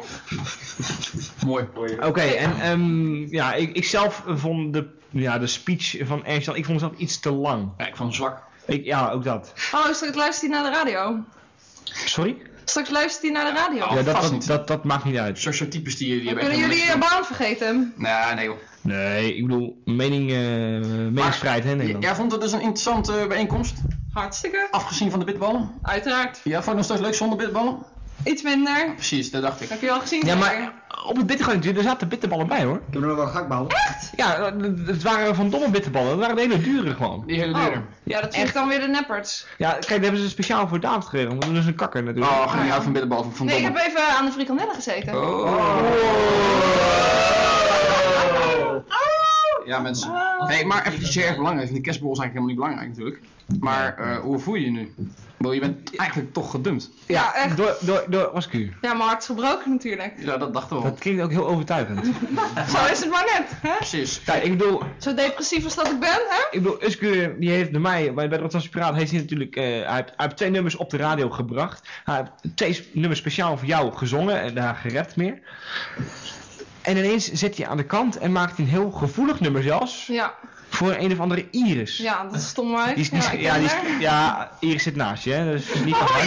Mooi. Oké, en ik zelf vond de speech van Ernst-Jan, ik vond het zelf iets te lang. Ja, ik vond hem zwak. Ja, ook dat. Oh, straks luistert hij naar de radio. Sorry? Straks luistert hij naar de radio. Ja, dat maakt niet uit. Zo'n types die hebben kunnen jullie je baan vergeten? Nee joh. Nee, ik bedoel, meningsvrijheid hè, Nederland. Jij vond het dus een interessante bijeenkomst? Hartstikke. Afgezien van de bitballen? Uiteraard. Ja, vond je nog steeds leuk zonder bitballen? Iets minder. Precies, dat dacht ik. Heb je al gezien? Ja, maar op het bittergooi, er zaten bitterballen bij hoor. Ik heb er nog wel gehaktballen. Echt? Ja, het waren van domme bitterballen, dat waren de hele dure gewoon. Die hele dure. Ja, dat vind ik dan weer de nepperts. Ja, kijk, daar hebben ze speciaal voor David geregeld, want dat is een kakker natuurlijk. Oh, ga je uit van bitterballen van nee, domme. ik heb even aan de frikandellen gezeten. Ja, mensen. Nee, maar even erg belangrijk. Die kerstbol is eigenlijk helemaal niet belangrijk natuurlijk. Maar hoe voel je je nu? Je bent eigenlijk toch gedumpt. Ja, echt. Door Özgür. Ja, mijn hart is gebroken natuurlijk. Ja, dat dachten we wel. Dat klinkt ook heel overtuigend. Zo is het maar net, hè? Precies. Kijk, ik bedoel... Zo depressief als dat ik ben, hè? Ik bedoel, Özgür, die heeft bij mij, bij de Rotterdamse Piraat, heeft hij natuurlijk... hij heeft 2 nummers op de radio gebracht. Hij heeft 2 nummers speciaal voor jou gezongen en daar gerept meer. En ineens zet hij aan de kant en maakt een heel gevoelig nummer zelfs. Ja. Voor een of andere Iris. Ja, dat is stom uit. Iris zit naast je, hè. Dat is niet van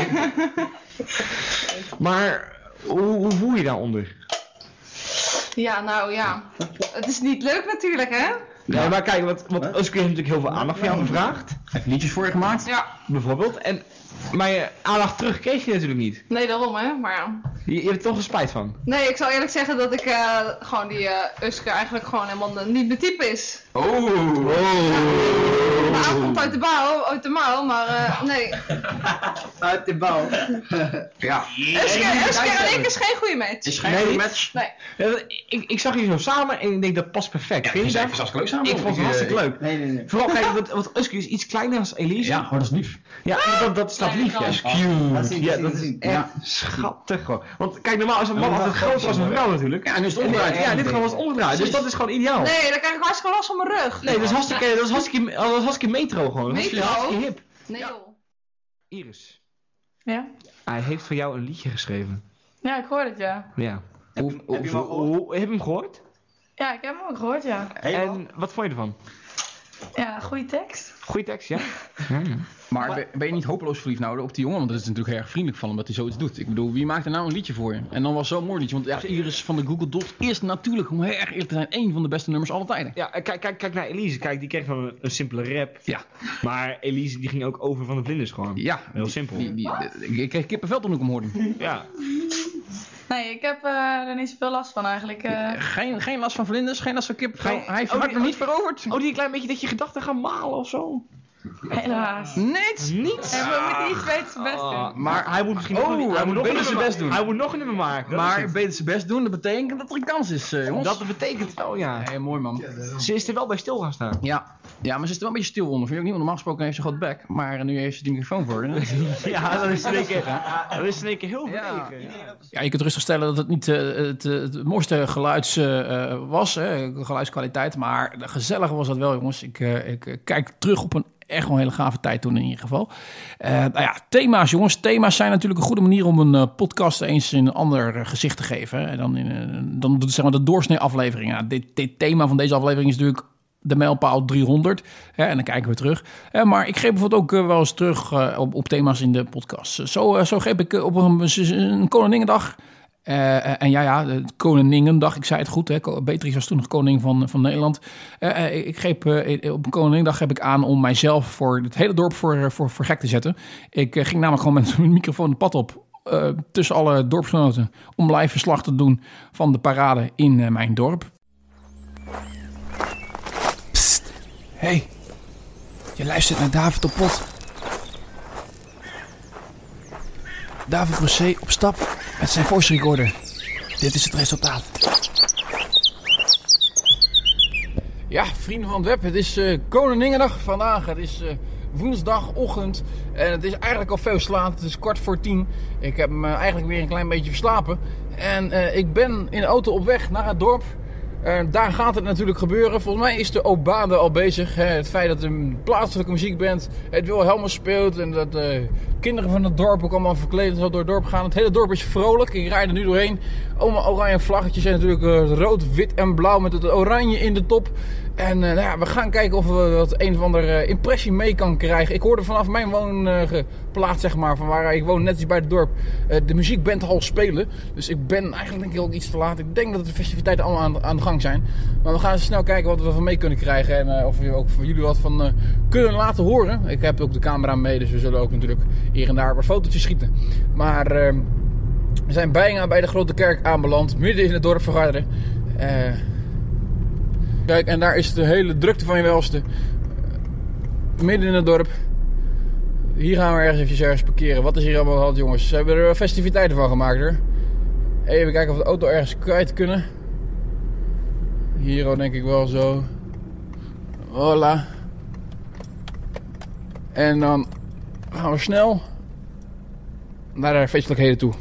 Maar hoe voel je daaronder? Ja, nou ja. Het is niet leuk natuurlijk, hè? Nee, maar kijk, want Özgür heeft natuurlijk heel veel aandacht voor jou gevraagd. Heeft liedjes voor je gemaakt? Ja. Bijvoorbeeld. Maar je aandacht terug kreeg je natuurlijk niet. Nee, daarom hè, maar ja. Je hebt er toch een spijt van? Nee, ik zal eerlijk zeggen dat ik gewoon die Özgür eigenlijk gewoon helemaal niet mijn type is. Oh. Nou, hij komt uit de mouw, maar nee. Uit de bouw. Ja. Özgür en ik is geen goede match. Is geen goede match? Nee. Ik zag je zo samen en ik denk dat past perfect. Ja, vind je dat? Leuk samen? Ik vond het hartstikke leuk. Nee. Vooral kijk, want Özgür is iets kleiner dan Elise. Ja, dat is lief. Ja, dat is dat lief. Ja, cute. Ja, dat is echt schattig gewoon. Want kijk, normaal is een man altijd groter als een vrouw natuurlijk. Ja, en nu is het omgedraaid. Ja, dit gewoon was omgedraaid. Dus dat is gewoon ideaal. Nee, dan krijg ik hartstikke last van mijn rug. Nee, dat is hartstikke metro gewoon. Metro? Hartstikke hip. Nee joh. Iris. Ja? Hij heeft voor jou een liedje geschreven. Ja, ik hoor het, ja. Ja. Heb je hem gehoord? Ja, ik heb hem ook gehoord, ja. En wat vond je ervan? Ja, goede tekst. Goeie tekst, ja. Maar ben je niet hopeloos verliefd nou op die jongen? Want dat is natuurlijk erg vriendelijk van hem dat hij zoiets doet. Ik bedoel, wie maakt er nou een liedje voor je? En dan was zo'n mooi liedje. Want ja, Iris van de Google Docs is natuurlijk, om heel erg eerlijk te zijn, één van de beste nummers aller tijden. Ja, kijk naar Elise. Kijk, die kreeg dan een simpele rap. Ja. Maar Elise die ging ook over van de vlinders gewoon. Ja. Heel simpel. Ik kreeg kippenvel toen ik hem hoorde. Ja. Nee, ik heb er niet zoveel last van eigenlijk. Geen last van vlinders, geen last van kippenvel. Hij heeft er niet veroverd. Oh, die een klein beetje dat je gedachten gaan malen of zo. Helaas. Niets? Hij moet niet beter zijn best doen. Maar hij moet misschien hij moet beter zijn best doen. Hij moet nog een nummer maken. Maar beter zijn best doen, dat betekent dat er een kans is, jongens. Dat betekent wel, ja. Hey, mooi man. Ze is er wel bij stil gaan staan. Ja, maar ze is er wel een beetje stil onder. Vind je ook niet? Want normaal gesproken heeft ze een groot bek. Maar nu heeft ze die microfoon voor. Ja, dat is in één keer heel verlegen. Ja, je kunt rustig stellen dat het niet het mooiste geluids was, geluidskwaliteit. Maar gezellig was dat wel, jongens. Ik kijk terug op een echt wel een hele gave tijd toen in ieder geval. Thema's, jongens. Thema's zijn natuurlijk een goede manier om een podcast eens in een ander gezicht te geven. En dan zeg maar de doorsnee aflevering. Ja, dit thema van deze aflevering is natuurlijk de mijlpaal 300. En dan kijken we terug. Maar ik greep bijvoorbeeld ook wel eens terug op thema's in de podcast. Zo greep ik op een Koninginnedag. De Koninginnedag, ik zei het goed, hè? Beatrix was toen nog koning van Nederland. Ik greep op een Koninginnedag heb ik aan om mijzelf voor het hele dorp voor gek te zetten. Ik ging namelijk gewoon met mijn microfoon de pad op tussen alle dorpsgenoten om live verslag te doen van de parade in mijn dorp. Psst, hey, je luistert naar David op Pot. David Rosé op stap met zijn voice recorder. Dit is het resultaat. Ja, vrienden van het web, het is Koninginnedag vandaag. Het is woensdagochtend en het is eigenlijk al veel te laat. Het is 9:45. Ik heb me eigenlijk weer een klein beetje verslapen. En ik ben in de auto op weg naar het dorp. Daar gaat het natuurlijk gebeuren. Volgens mij is de Obade al bezig. Het feit dat een plaatselijke muziekband het Wilhelmus speelt. En dat de kinderen van het dorp ook allemaal verkleed zo door het dorp gaan. Het hele dorp is vrolijk. Ik rijd er nu doorheen. Allemaal oranje vlaggetjes. En natuurlijk rood, wit en blauw met het oranje in de top. En we gaan kijken of we wat een of andere impressie mee kan krijgen. Ik hoorde vanaf mijn woonplaats, zeg maar, van waar ik woon, net iets bij het dorp, de muziekband al spelen. Dus ik ben eigenlijk denk ik ook iets te laat. Ik denk dat de festiviteiten allemaal aan de gang zijn. Maar we gaan eens snel kijken wat we van mee kunnen krijgen. En of we ook voor jullie wat van kunnen laten horen. Ik heb ook de camera mee, dus we zullen ook natuurlijk hier en daar wat fotootjes schieten. Maar we zijn bijna bij de grote kerk aanbeland. Midden in het dorp vergaderen. Kijk, en daar is de hele drukte van je welste. Midden in het dorp. Hier gaan we ergens parkeren. Wat is hier allemaal gehad, jongens? Ze hebben er festiviteiten van gemaakt, hoor. Even kijken of we de auto ergens kwijt kunnen. Hier denk ik wel zo. Voilà. En dan gaan we snel naar de feestelijkheden toe.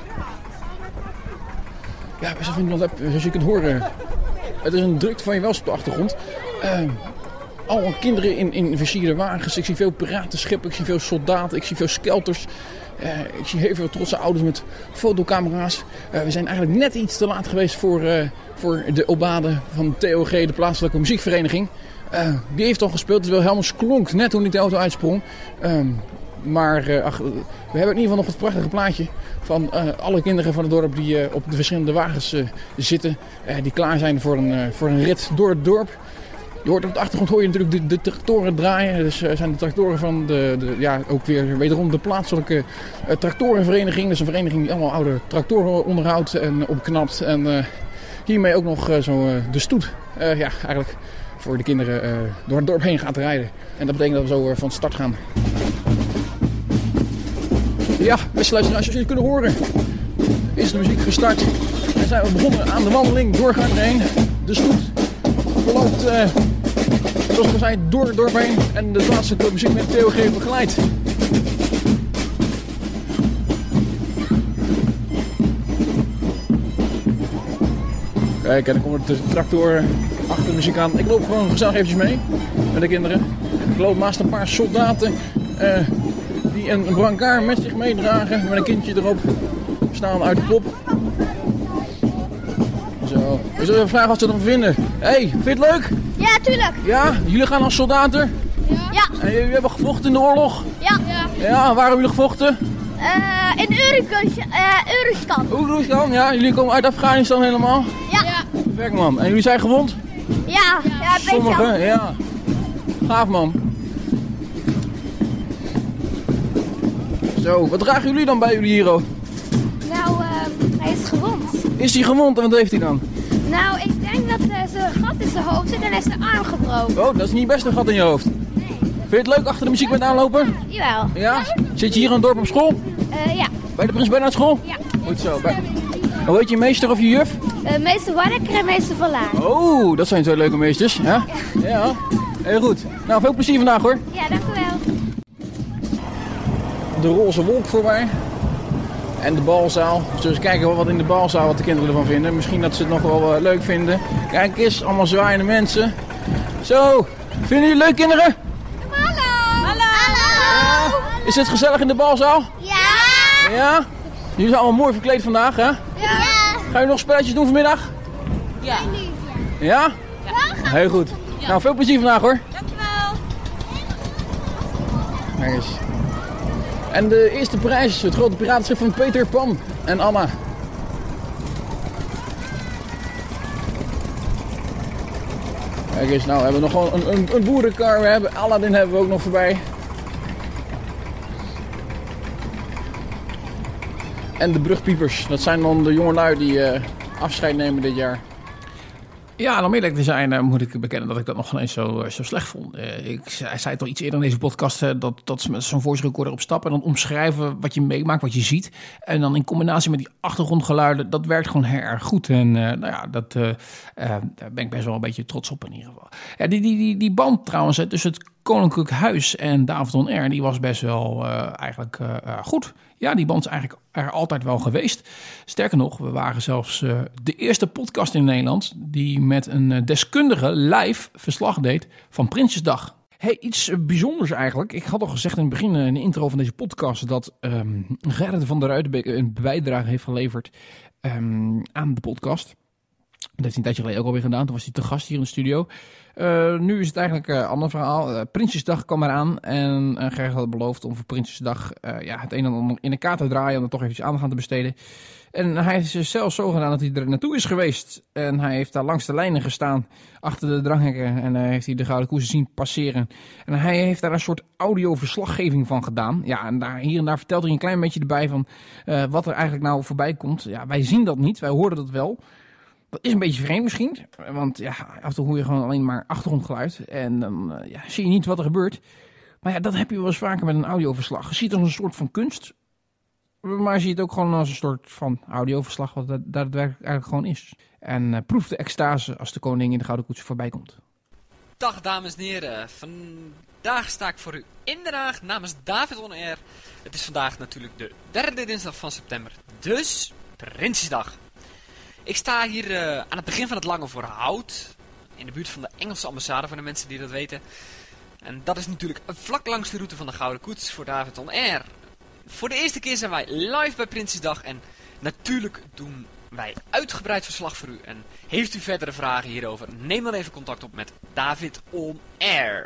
Ja, best wel vrienden, zoals je kunt horen. Het is een drukte van je welst op de achtergrond. Allemaal kinderen in versierde wagens. Ik zie veel piratenschepen, ik zie veel soldaten, ik zie veel skelters. Ik zie heel veel trotse ouders met fotocamera's. We zijn eigenlijk net iets te laat geweest voor de Obade van TOG, de plaatselijke muziekvereniging. Die heeft al gespeeld, terwijl Wilhelmus klonk net toen hij de auto uitsprong. Maar we hebben in ieder geval nog het prachtige plaatje van alle kinderen van het dorp die op de verschillende wagens zitten. Die klaar zijn voor een rit door het dorp. Je hoort op de achtergrond hoor je natuurlijk de tractoren draaien. Dus zijn de tractoren van ook weer wederom de plaatselijke tractorenvereniging. Dus een vereniging die allemaal oude tractoren onderhoudt en opknapt. En hiermee ook nog de stoet eigenlijk voor de kinderen door het dorp heen gaat rijden. En dat betekent dat we zo van start gaan. Ja, beste luisteraars, zoals jullie kunnen horen, is de muziek gestart. En zijn we begonnen aan de wandeling door Garderen heen. De stoet loopt, zoals we zei, door het dorp heen. En de plaatselijke muziek met TOG begeleidt. Kijk, en dan komen de tractoren achter de muziek aan. Ik loop gewoon gezellig eventjes mee met de kinderen. Ik loop naast een paar soldaten die een brancard met zich meedragen met een kindje erop. Staan uit de pop. Zo. Oh. Ik zal even vragen wat ze ervan vinden. Hey, vind je het leuk? Ja, tuurlijk. Ja? Jullie gaan als soldaten? Ja. En jullie hebben gevochten in de oorlog? Ja. Ja, waar hebben jullie gevochten? In Uruzgan. Uruzgan, ja. Jullie komen uit Afghanistan helemaal? Ja. Perfect, man. En jullie zijn gewond? Ja, een beetje. Sommigen, ja. Gaaf, man. Zo, wat dragen jullie dan bij jullie hero? Nou, hij is gewond. Is hij gewond en wat heeft hij dan? Nou, ik denk dat zijn gat in zijn hoofd zit en hij is zijn arm gebroken. Oh, dat is niet best een gat in je hoofd. Nee. Vind je het leuk achter de muziekband aanlopen? Jawel. Ja? Zit je hier in het dorp op school? Ja. Bij de Prins Bernhard school? Ja. Goed zo. Hoe heet je meester of je juf? Meester Warneker en meester Van Laan. Oh, dat zijn twee leuke meesters. Ja? Ja. Heel goed. Nou, veel plezier vandaag hoor. Ja, dank u wel. De roze wolk voorbij. En de balzaal. We zullen eens kijken wat in de balzaal wat de kinderen ervan vinden. Misschien dat ze het nog wel leuk vinden. Kijk eens, allemaal zwaaiende mensen. Zo, vinden jullie het leuk kinderen? Hallo. Ja. Is het gezellig in de balzaal? Ja. Ja? Jullie zijn allemaal mooi verkleed vandaag, hè? Ja. Ga je nog spelletjes doen vanmiddag? Ja. Ja? Heel goed. Nou, veel plezier vandaag hoor. Dankjewel. Kijk eens. En de eerste prijs, het grote piratenschip van Peter Pan en Anna. Kijk eens, nou we hebben nog gewoon een boerenkar, we hebben Aladdin hebben we ook nog voorbij. En de brugpiepers, dat zijn dan de jongelui die afscheid nemen dit jaar. Ja, om eerlijk te zijn moet ik bekennen dat ik dat nog geen eens zo slecht vond. Ik zei toch iets eerder in deze podcast dat ze met zo'n voice recorder op stappen en dan omschrijven wat je meemaakt, wat je ziet. En dan in combinatie met die achtergrondgeluiden, dat werkt gewoon heel erg goed. En daar ben ik best wel een beetje trots op in ieder geval. Ja, die band trouwens tussen het Koninklijk Huis en David On Air, die was best wel eigenlijk goed. Ja, die band is eigenlijk er altijd wel geweest. Sterker nog, we waren zelfs de eerste podcast in Nederland die met een deskundige live verslag deed van Prinsjesdag. Hey, iets bijzonders eigenlijk. Ik had al gezegd in het begin in de intro van deze podcast dat Gerrit van der Ruitenbeek een bijdrage heeft geleverd aan de podcast. Dat heeft hij een tijdje geleden ook alweer gedaan. Toen was hij te gast hier in de studio. Nu is het eigenlijk een ander verhaal. Prinsjesdag kwam eraan. En Gerrit had beloofd om voor Prinsjesdag het een en ander in elkaar te draaien. Om er toch even aandacht aan te besteden. En hij heeft zelfs zo gedaan dat hij er naartoe is geweest. En hij heeft daar langs de lijnen gestaan. Achter de dranghekken. En heeft hij de Gouden Koers zien passeren. En hij heeft daar een soort audioverslaggeving van gedaan. Ja, en hier en daar vertelt hij een klein beetje erbij van wat er eigenlijk nou voorbij komt. Ja, wij zien dat niet. Wij horen dat wel. Dat is een beetje vreemd misschien, want ja, af en toe hoor je gewoon alleen maar achtergrondgeluid en dan zie je niet wat er gebeurt. Maar ja, dat heb je wel eens vaker met een audioverslag. Je ziet het als een soort van kunst, maar je ziet het ook gewoon als een soort van audioverslag wat dat daadwerkelijk eigenlijk gewoon is. En proef de extase als de koning in de Gouden Koets voorbij komt. Dag dames en heren, vandaag sta ik voor u in Den Haag namens David On Air. Het is vandaag natuurlijk de derde dinsdag van september, dus Prinsjesdag. Ik sta hier aan het begin van het Lange Voorhout, in de buurt van de Engelse ambassade voor de mensen die dat weten. En dat is natuurlijk vlak langs de route van de Gouden Koets voor David On Air. Voor de eerste keer zijn wij live bij Prinsjesdag en natuurlijk doen wij uitgebreid verslag voor u. En heeft u verdere vragen hierover, neem dan even contact op met David On Air.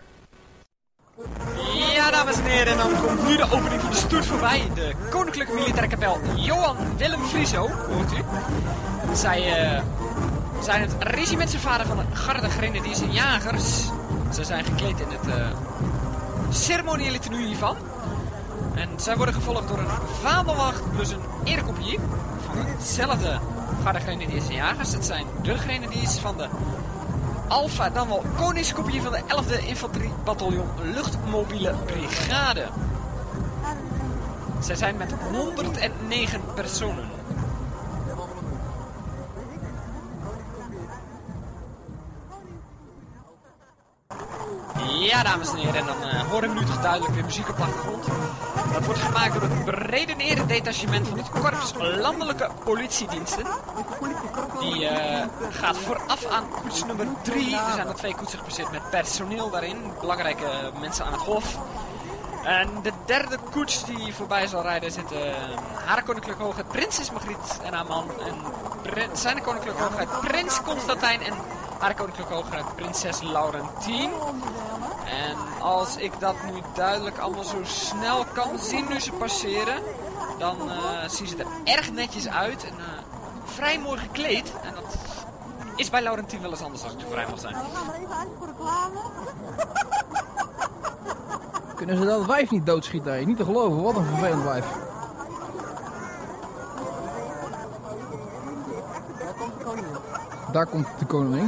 Ja, dames en heren, en dan komt nu de opening van de stoet voorbij. De Koninklijke Militaire Kapel Johan Willem Frieso, hoort u. Zij zijn het regimentsvader van de Garde Grenadiers en Jagers. Ze zijn gekleed in het ceremoniële tenue hiervan. En zij worden gevolgd door een vaandelwacht plus een erecompagnie van hetzelfde Garde Grenadiers en Jagers. Het zijn de grenadiers van de Alpha, dan wel koningscompagnie van de 11e Infanteriebataljon Luchtmobiele Brigade. Zij zijn met 109 personen. Ja, dames en heren, en dan horen we nu toch duidelijk weer muziek op de achtergrond. Dat wordt gemaakt door het Bredeneerde detachement van het Korps Landelijke Politiediensten. Die gaat vooraf aan koets nummer 3. Er zijn er 2 koetsen gepasseerd met personeel daarin. Belangrijke mensen aan het hof. En de derde koets die voorbij zal rijden zit haar koninklijke hoogheid Prinses Margriet en haar man. En zijn koninklijke hoogheid Prins Constantijn en haar koninklijke hoogheid Prinses Laurentien. En als ik dat nu duidelijk allemaal zo snel kan zien nu ze passeren, dan zien ze er erg netjes uit en vrij mooi gekleed. En dat is bij Laurentien wel eens anders als ik zo vrij mag zijn. Kunnen ze dat wijf niet doodschieten? Hè? Niet te geloven, wat een vervelend wijf. Daar komt de koningin.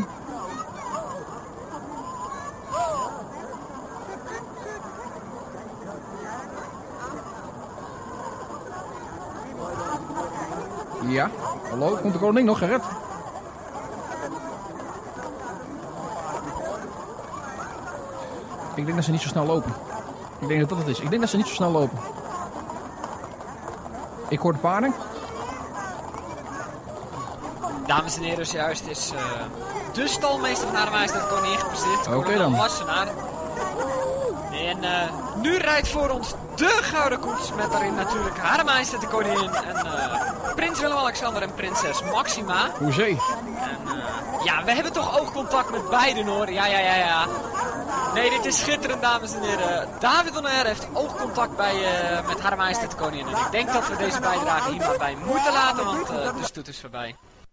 Ja, hallo, komt de koningin nog gered? Ik denk dat ze niet zo snel lopen. Ik denk dat dat het is. Ik denk dat ze niet zo snel lopen. Ik hoor de paarden. Dames en heren, zojuist is de stalmeester van Hare Majesteit de Koningin gepasseerd. Oké dan. Wassenaar. En nu rijdt voor ons de gouden koets met daarin natuurlijk Hare Majesteit de Koningin en Prins Willem-Alexander en Prinses Maxima. Hoezee. En ja, we hebben toch oogcontact met beiden hoor. Ja. Nee, dit is schitterend, dames en heren. David Onair heeft oogcontact met Hare Majesteit de Koningin. En ik denk dat we deze bijdrage hier maar bij moeten laten, want de stoet is voorbij.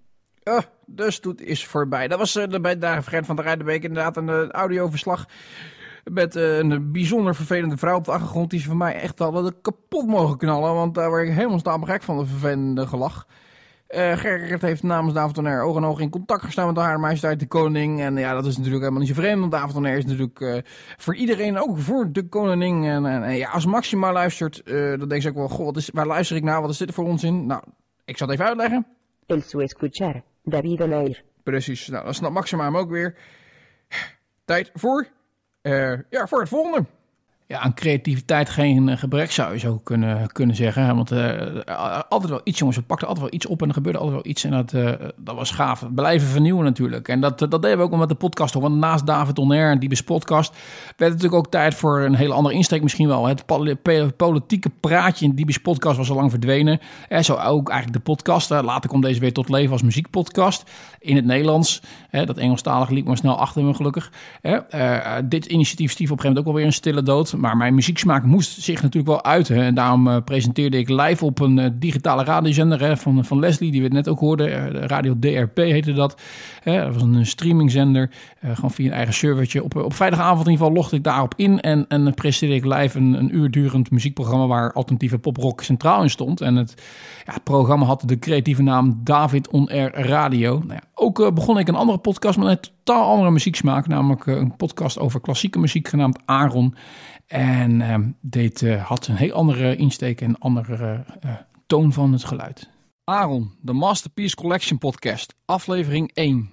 De stoet is voorbij. Dat was de bijdrage van Gert van der Rijdenbeek. Inderdaad een audioverslag met een bijzonder vervelende vrouw op de achtergrond. Die ze van mij echt hadden kapot mogen knallen. Want daar word ik helemaal stapelgek van, de vervelende gelach. Gerrit heeft namens David Onair oog en oog in contact gestaan met Hare Majesteit de Koning. En ja, dat is natuurlijk helemaal niet zo vreemd. Want David Onair is natuurlijk voor iedereen, ook voor de koning. En ja, als Maxima luistert, dan denkt ze ook wel, goh, waar luister ik naar? Wat is dit voor onzin? Nou, ik zal het even uitleggen. El su escuchar, David Onair. Precies, nou, dan snapt Maxima hem ook weer. Tijd voor het volgende. Ja, aan creativiteit geen gebrek zou je zo kunnen zeggen. Want altijd wel iets, jongens. We pakten altijd wel iets op en er gebeurde altijd wel iets. En dat was gaaf. Blijven vernieuwen natuurlijk. En dat deden we ook met de podcast. Want naast David Onair en Diebes podcast werd het natuurlijk ook tijd voor een hele andere insteek misschien wel. Het politieke praatje in Diebes podcast was al lang verdwenen. Zo ook eigenlijk de podcast. Later komt deze weer tot leven als muziekpodcast. In het Nederlands. Dat Engelstalige liep maar snel achter me gelukkig. Dit initiatief stief op een gegeven moment ook wel weer een stille dood. Maar mijn muzieksmaak moest zich natuurlijk wel uiten. En daarom presenteerde ik live op een digitale radiozender van Leslie, die we net ook hoorden. Radio DRP heette dat. Dat was een streamingzender. Gewoon via een eigen servertje. Op vrijdagavond in ieder geval logde ik daarop in. En presenteerde ik live een uur durend muziekprogramma waar alternatieve poprock centraal in stond. En het programma had de creatieve naam David Onair Radio. Nou ja, ook begon ik een andere podcast met een totaal andere muzieksmaak. Namelijk een podcast over klassieke muziek genaamd Aaron. En dit had een heel andere insteek en andere toon van het geluid. Aaron, de Masterpiece Collection podcast, aflevering 1.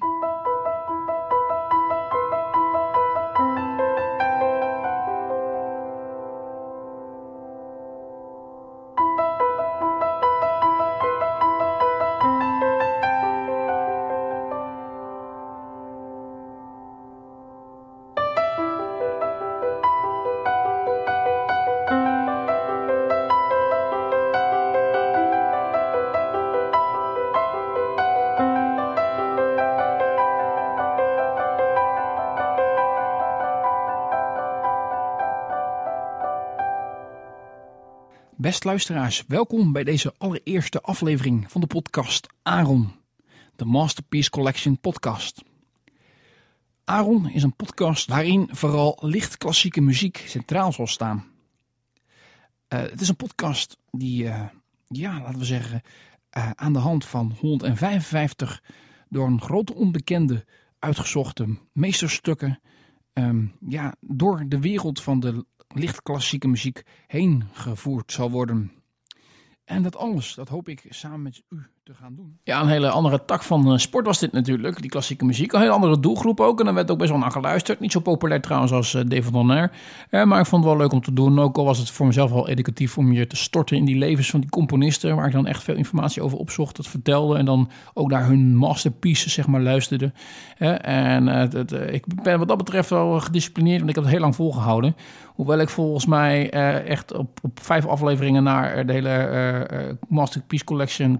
Beste luisteraars, welkom bij deze allereerste aflevering van de podcast Aaron, de Masterpiece Collection podcast. Aaron is een podcast waarin vooral licht klassieke muziek centraal zal staan. Het is een podcast die, laten we zeggen, aan de hand van 155 door een grote onbekende uitgezochte meesterstukken door de wereld van de licht klassieke muziek heen gevoerd zal worden. En dat alles, dat hoop ik samen met u te gaan doen. Ja, een hele andere tak van sport was dit natuurlijk, die klassieke muziek. Een hele andere doelgroep ook, en daar werd ook best wel naar geluisterd. Niet zo populair trouwens als David Onair, maar ik vond het wel leuk om te doen. Ook al was het voor mezelf wel educatief om je te storten in die levens van die componisten, waar ik dan echt veel informatie over opzocht, dat vertelde en dan ook naar hun masterpieces, zeg maar, luisterde. Ik ben wat dat betreft wel gedisciplineerd, want ik heb het heel lang volgehouden. Hoewel ik volgens mij echt op 5 afleveringen naar de hele Masterpiece Collection compleet had.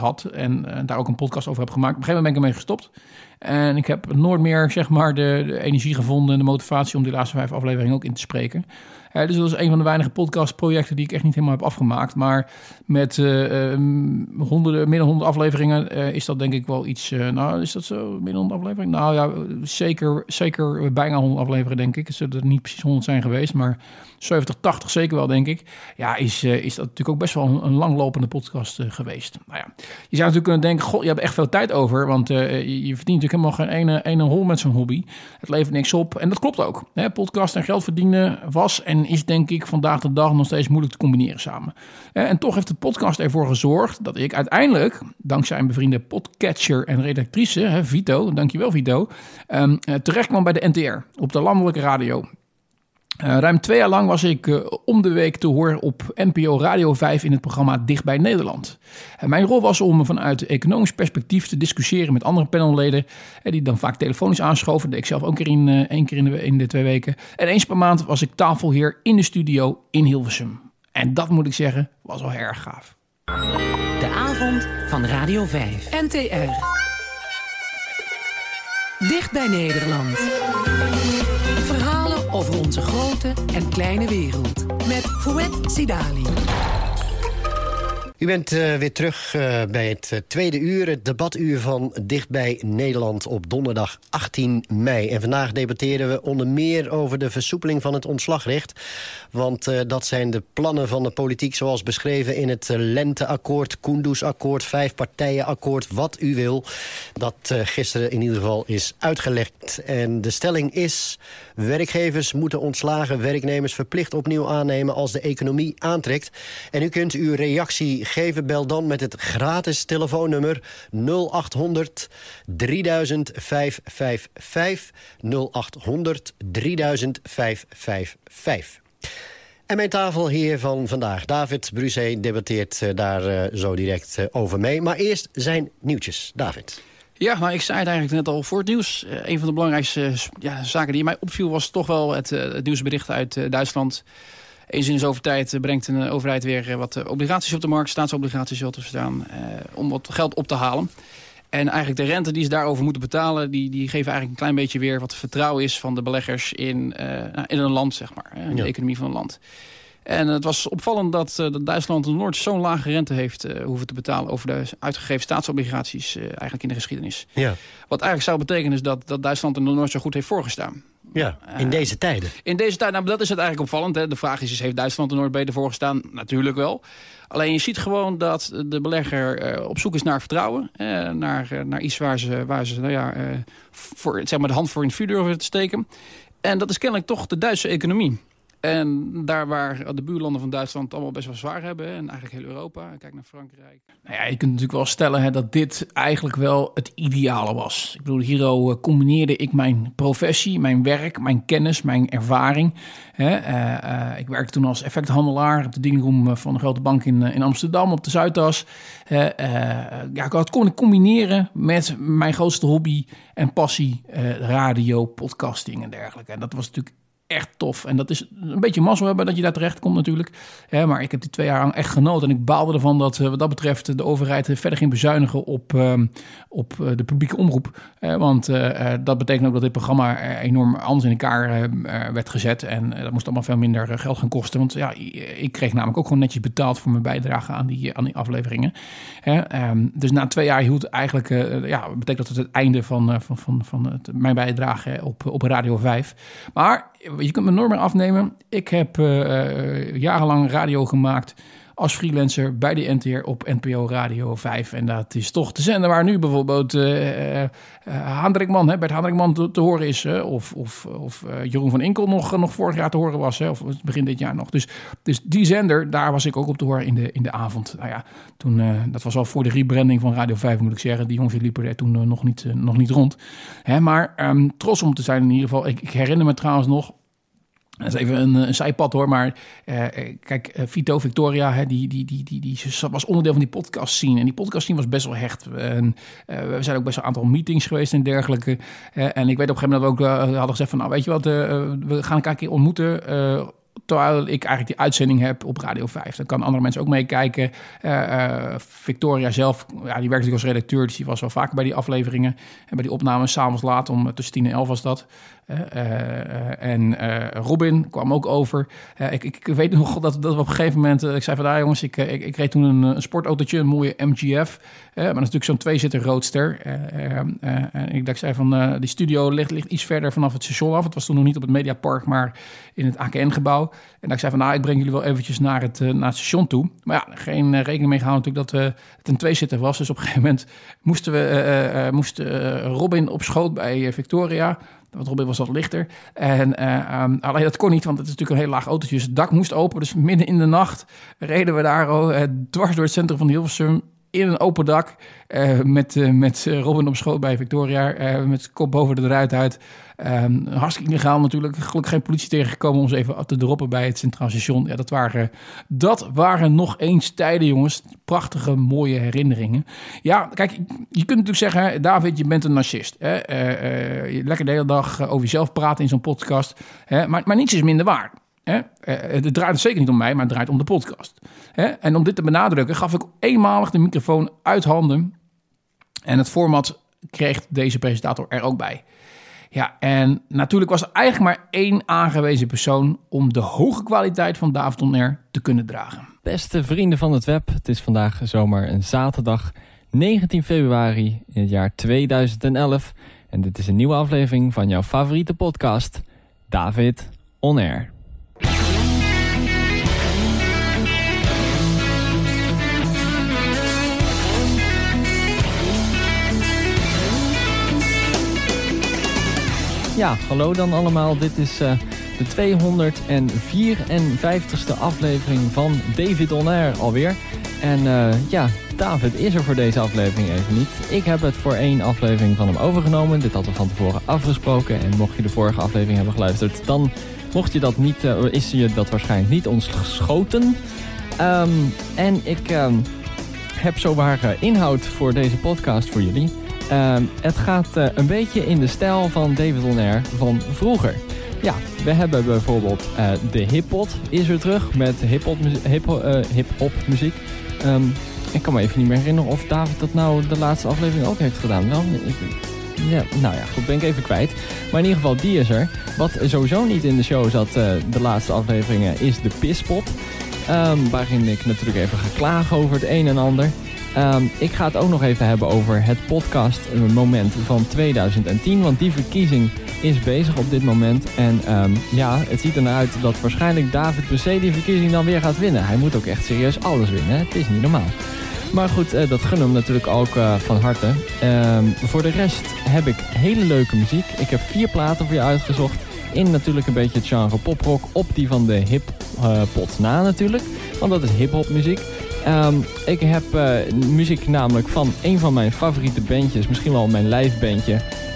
gehad. En daar ook een podcast over heb gemaakt. Op een gegeven moment ben ik ermee gestopt. En ik heb nooit meer, zeg maar, de energie gevonden en de motivatie om die laatste 5 afleveringen ook in te spreken. Dus dat is een van de weinige podcastprojecten die ik echt niet helemaal heb afgemaakt. Maar met meer dan 100 afleveringen is dat denk ik wel iets... is dat zo? Meer dan 100 afleveringen? Nou ja, zeker bijna 100 afleveringen, denk ik. Het zullen er niet precies 100 zijn geweest, maar 70, 80 zeker wel, denk ik. Ja, is dat natuurlijk ook best wel een langlopende podcast geweest. Nou ja, je zou natuurlijk kunnen denken, goh, je hebt echt veel tijd over. Want je verdient natuurlijk helemaal geen ene hol met zo'n hobby. Het levert niks op. En dat klopt ook. Podcast en geld verdienen was en is denk ik vandaag de dag nog steeds moeilijk te combineren samen. En toch heeft de podcast ervoor gezorgd dat ik uiteindelijk, dankzij een bevriende podcatcher en redactrice, Vito, dankjewel Vito, terecht kwam bij de NTR op de landelijke radio. Ruim 2 jaar lang was ik om de week te horen op NPO Radio 5 in het programma Dicht bij Nederland. Mijn rol was om vanuit economisch perspectief te discussiëren met andere panelleden, die dan vaak telefonisch aanschoven. Dat deed ik zelf ook één keer in de 2 weken. En eens per maand was ik tafelheer in de studio in Hilversum. En dat moet ik zeggen, was wel erg gaaf. De avond van Radio 5. NTR. Dicht bij Nederland. Verhalen over onze grote en kleine wereld. Met Fouet Sidali. U bent weer terug bij het tweede uur, het debatuur van Dicht bij Nederland op donderdag 18 mei. En vandaag debatteren we onder meer over de versoepeling van het ontslagrecht. Want dat zijn de plannen van de politiek zoals beschreven in het Lenteakkoord, Kunduz-akkoord, 5-partijenakkoord, wat u wil. Dat gisteren in ieder geval is uitgelekt. En de stelling is: werkgevers moeten ontslagen werknemers verplicht opnieuw aannemen als de economie aantrekt. En u kunt uw reactie geven, bel dan met het gratis telefoonnummer 0800 3000 555 0800 3000 555. En mijn tafelheer van vandaag, David Brusé, debatteert daar zo direct over mee. Maar eerst zijn nieuwtjes. David. Ja, nou, ik zei het eigenlijk net al voor het nieuws. Een van de belangrijkste zaken die mij opviel was toch wel het nieuwsbericht uit Duitsland. Eens in de zoveel tijd brengt een overheid weer wat obligaties op de markt, staatsobligaties zo te verstaan, om wat geld op te halen. En eigenlijk de rente die ze daarover moeten betalen, die geven eigenlijk een klein beetje weer wat vertrouwen is van de beleggers in een land, zeg maar, in de economie van een land. En het was opvallend dat Duitsland en Noord zo'n lage rente heeft hoeven te betalen over de uitgegeven staatsobligaties eigenlijk in de geschiedenis. Ja. Wat eigenlijk zou betekenen is dat Duitsland en Noord zo goed heeft voorgestaan. Ja, in deze tijden. In deze tijd, nou, dat is het eigenlijk opvallend. Hè. De vraag is, heeft Duitsland en Noord beter voorgestaan? Natuurlijk wel. Alleen je ziet gewoon dat de belegger op zoek is naar vertrouwen. Naar iets waar ze voor, zeg maar, de hand voor in het vuur durven te steken. En dat is kennelijk toch de Duitse economie. En daar waar de buurlanden van Duitsland het allemaal best wel zwaar hebben, en eigenlijk heel Europa, kijk naar Frankrijk. Nou ja, je kunt natuurlijk wel stellen dat dit eigenlijk wel het ideale was. Ik bedoel, hier combineerde ik mijn professie, mijn werk, mijn kennis, mijn ervaring. Ik werkte toen als effecthandelaar op de dealingroom van een grote bank in Amsterdam op de Zuidas. Ik kon ik combineren met mijn grootste hobby en passie, radio, podcasting en dergelijke. En dat was natuurlijk echt tof. En dat is een beetje mazzel hebben dat je daar terecht komt natuurlijk. Maar ik heb die 2 jaar lang echt genoten. En ik baalde ervan dat wat dat betreft de overheid verder ging bezuinigen op de publieke omroep. Want dat betekent ook dat dit programma enorm anders in elkaar werd gezet. En dat moest allemaal veel minder geld gaan kosten. Want ja, ik kreeg namelijk ook gewoon netjes betaald voor mijn bijdrage aan die afleveringen. Dus na 2 jaar hield eigenlijk, betekent dat het einde van mijn bijdrage op Radio 5. Maar je kunt me nooit meer afnemen. Ik heb jarenlang radio gemaakt als freelancer bij de NTR op NPO Radio 5. En dat is toch de zender waar nu bijvoorbeeld Bert Hendrikman te horen is. Of Jeroen van Inkel nog vorig jaar te horen was. Of begin dit jaar nog. Dus die zender, daar was ik ook op te horen in de avond. Nou ja, toen, dat was al voor de rebranding van Radio 5 moet ik zeggen. Die jongens liepen er toen nog niet rond. Maar trots om te zijn in ieder geval. Ik herinner me trouwens nog. Dat is even een zijpad hoor, maar kijk, Vito Victoria, die was onderdeel van die podcast scene. En die podcast scene was best wel hecht. En, we zijn ook best wel een aantal meetings geweest en dergelijke. En ik weet op een gegeven moment dat we ook hadden gezegd van, nou weet je wat, we gaan elkaar een keer ontmoeten. terwijl ik eigenlijk die uitzending heb op Radio 5. Dan kan andere mensen ook meekijken. Victoria zelf, die werkt natuurlijk als redacteur, dus die was wel vaker bij die afleveringen. En bij die opnames, 's avonds laat, tussen 10 en 11 was dat. En Robin kwam ook over. Ik weet nog dat we op een gegeven moment... ik zei van, jongens, ik reed toen een sportautootje, een mooie MGF. Maar dat is natuurlijk zo'n 2-zitter roadster. En ik zei van, die studio ligt iets verder vanaf het station af. Het was toen nog niet op het Mediapark, maar in het AKN-gebouw. En ik zei van, ik breng jullie wel eventjes naar het station toe. Maar ja, geen rekening mee gehouden natuurlijk dat het een 2-zitter was. Dus op een gegeven moment moest Robin op schoot bij Victoria... Want Robin was wat lichter. En alleen dat kon niet, want het is natuurlijk een heel laag autootje. Dus het dak moest open. Dus midden in de nacht reden we daar dwars door het centrum van Hilversum... in een open dak met Robin op schoot bij Victoria. Met de kop boven de ruit uit. Hartstikke illegaal natuurlijk. Gelukkig geen politie tegengekomen om ze even te droppen bij het Centraal Station. Ja, dat waren nog eens tijden, jongens. Prachtige, mooie herinneringen. Ja, kijk, je kunt natuurlijk zeggen... David, je bent een narcist. Lekker de hele dag over jezelf praten in zo'n podcast. Maar niets is minder waar. Het draait zeker niet om mij, maar het draait om de podcast. En om dit te benadrukken gaf ik eenmalig de microfoon uit handen. En het format kreeg deze presentator er ook bij. Ja, en natuurlijk was er eigenlijk maar één aangewezen persoon... om de hoge kwaliteit van David On Air te kunnen dragen. Beste vrienden van het web, het is vandaag zomaar een zaterdag 19 februari in het jaar 2011. En dit is een nieuwe aflevering van jouw favoriete podcast, David On Air. Ja, hallo dan allemaal. Dit is de 254ste aflevering van David On Air alweer. En David is er voor deze aflevering even niet. Ik heb het voor 1 aflevering van hem overgenomen. Dit hadden we van tevoren afgesproken. En mocht je de vorige aflevering hebben geluisterd, dan mocht je dat niet, is je dat waarschijnlijk niet ontschoten. En ik heb zowaar inhoud voor deze podcast voor jullie. Het gaat een beetje in de stijl van David On Air van vroeger. Ja, we hebben bijvoorbeeld de Hip-Hop is er terug met hip-hop muziek. Ik kan me even niet meer herinneren of David dat nou de laatste aflevering ook heeft gedaan. Wel, goed, ben ik even kwijt. Maar in ieder geval, die is er. Wat sowieso niet in de show zat de laatste afleveringen is de Pisspot. Waarin ik natuurlijk even ga klagen over het een en ander. Ik ga het ook nog even hebben over het podcast moment van 2010. Want die verkiezing is bezig op dit moment. En het ziet ernaar uit dat waarschijnlijk David per se die verkiezing dan weer gaat winnen. Hij moet ook echt serieus alles winnen. Het is niet normaal. Maar goed, dat gunnen we natuurlijk ook van harte. Voor de rest heb ik hele leuke muziek. Ik heb 4 platen voor je uitgezocht. In natuurlijk een beetje het genre poprock. Op die van de hip-pot na natuurlijk. Want dat is hip-hop muziek. Ik heb muziek namelijk van een van mijn favoriete bandjes. Misschien wel mijn lijfbandje.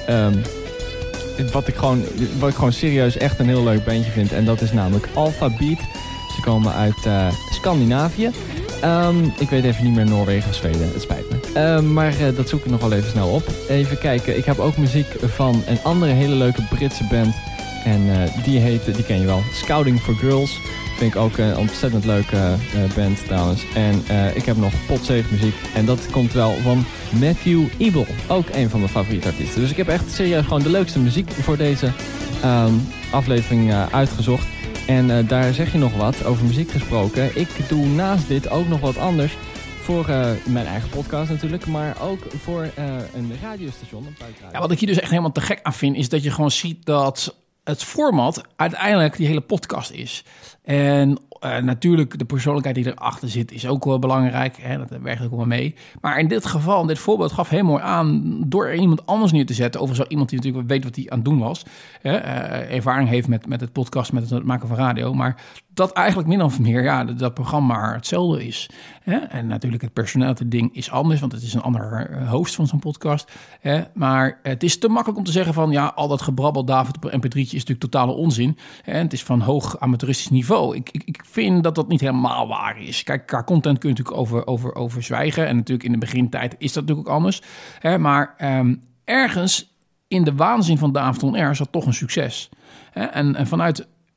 Wat ik gewoon serieus echt een heel leuk bandje vind. En dat is namelijk Alpha Beat. Ze komen uit Scandinavië. Ik weet even niet meer Noorwegen of Zweden. Het spijt me. Maar dat zoek ik nog wel even snel op. Even kijken. Ik heb ook muziek van een andere hele leuke Britse band. En die ken je wel. Scouting for Girls. Vind ik ook een ontzettend leuke band trouwens. En ik heb nog Potsafe muziek. En dat komt wel van Matthew Ebel. Ook een van mijn favoriete artiesten. Dus ik heb echt serieus gewoon de leukste muziek voor deze aflevering uitgezocht. En daar zeg je nog wat over muziek gesproken. Ik doe naast dit ook nog wat anders. Voor mijn eigen podcast natuurlijk, maar ook voor een radiostation. Ja, wat ik hier dus echt helemaal te gek aan vind, is dat je gewoon ziet dat het format uiteindelijk die hele podcast is. En natuurlijk, de persoonlijkheid die erachter zit is ook wel belangrijk. Hè? Dat werkt ook wel mee. Maar in dit geval, dit voorbeeld gaf heel mooi aan door er iemand anders neer te zetten. Overigens iemand die natuurlijk weet wat hij aan het doen was. Ervaring heeft met het podcast, met het maken van radio. Maar dat eigenlijk min of meer dat programma hetzelfde is. En natuurlijk het personality ding is anders, want het is een ander host van zo'n podcast. Maar het is te makkelijk om te zeggen van al dat gebrabbel David op een mp3'tje is natuurlijk totale onzin. Het is van hoog amateuristisch niveau. Ik vind dat dat niet helemaal waar is. Kijk, qua content kun je natuurlijk over zwijgen. En natuurlijk in de begintijd is dat natuurlijk ook anders. Maar ergens in de waanzin van David On Air zat toch een succes. En vanuit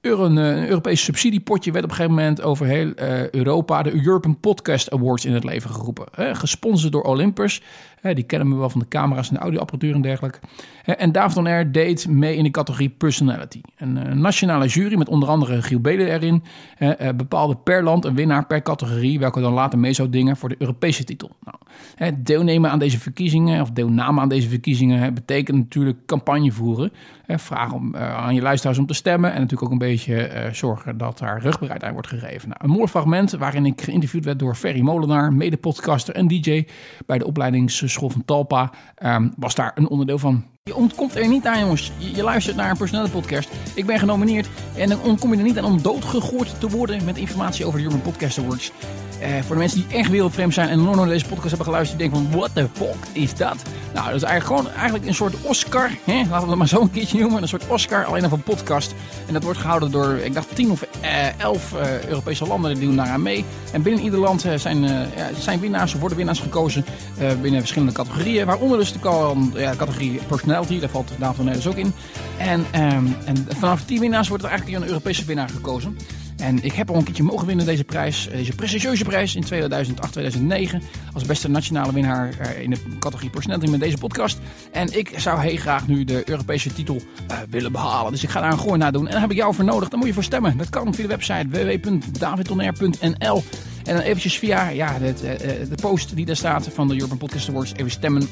Een Europees subsidiepotje werd op een gegeven moment over heel Europa de European Podcast Awards in het leven geroepen. Gesponsord door Olympus. Die kennen we wel van de camera's en de audioapparatuur en dergelijke. En David On Air deed mee in de categorie Personality. Een nationale jury met onder andere Giel Belen erin bepaalde per land een winnaar per categorie, welke dan later mee zou dingen voor de Europese titel. Nou, deelnemen aan deze verkiezingen, of deelname aan deze verkiezingen, betekent natuurlijk campagne voeren. Vragen aan je luisteraars om te stemmen en natuurlijk ook een beetje zorgen dat daar rugbaarheid aan wordt gegeven. Nou, een mooi fragment waarin ik geïnterviewd werd door Ferry Molenaar, mede-podcaster en DJ bij de opleidingsschool van Talpa, was daar een onderdeel van. Je ontkomt er niet aan, jongens. Je luistert naar een personele podcast. Ik ben genomineerd en dan ontkom je er niet aan om doodgegooid te worden met informatie over de European Podcast Awards. Voor de mensen die echt wereldvreemd zijn en nog nooit naar deze podcast hebben geluisterd, die denken van, what the fuck is dat? Nou, dat is eigenlijk een soort Oscar, laten we het maar zo een keertje noemen, een soort Oscar, alleen dan van podcast. En dat wordt gehouden door, ik dacht 10 of 11 Europese landen, die doen daaraan mee. En binnen ieder land zijn winnaars, of worden winnaars gekozen binnen verschillende categorieën, waaronder dus de categorie Personality, daar valt David On Air dus ook in. En vanaf die winnaars wordt er eigenlijk een Europese winnaar gekozen. En ik heb al een keertje mogen winnen deze prijs, deze prestigieuze prijs in 2008-2009 als beste nationale winnaar in de categorie Personality met deze podcast. En ik zou heel graag nu de Europese titel willen behalen. Dus ik ga daar een gooi naar doen. En daar heb ik jou voor nodig. Daar moet je voor stemmen. Dat kan via de website www.davidonair.nl. En dan eventjes via de post die daar staat van de European Podcast Awards even stemmen.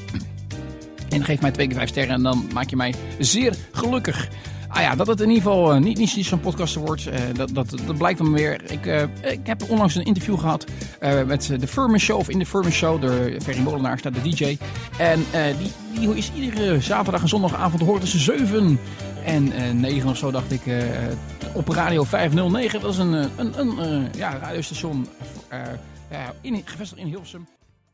En geef mij 2 keer 5 sterren en dan maak je mij zeer gelukkig. Dat het in ieder geval niet zo'n podcast wordt, dat blijkt dan weer. Ik heb onlangs een interview gehad met de Furman Show, of in de Furman Show, door Ferry Molenaar staat de DJ. En die is iedere zaterdag en zondagavond te horen tussen 7 en 9 of zo, dacht ik, op Radio 509. Dat is een radiostation gevestigd in Hilversum.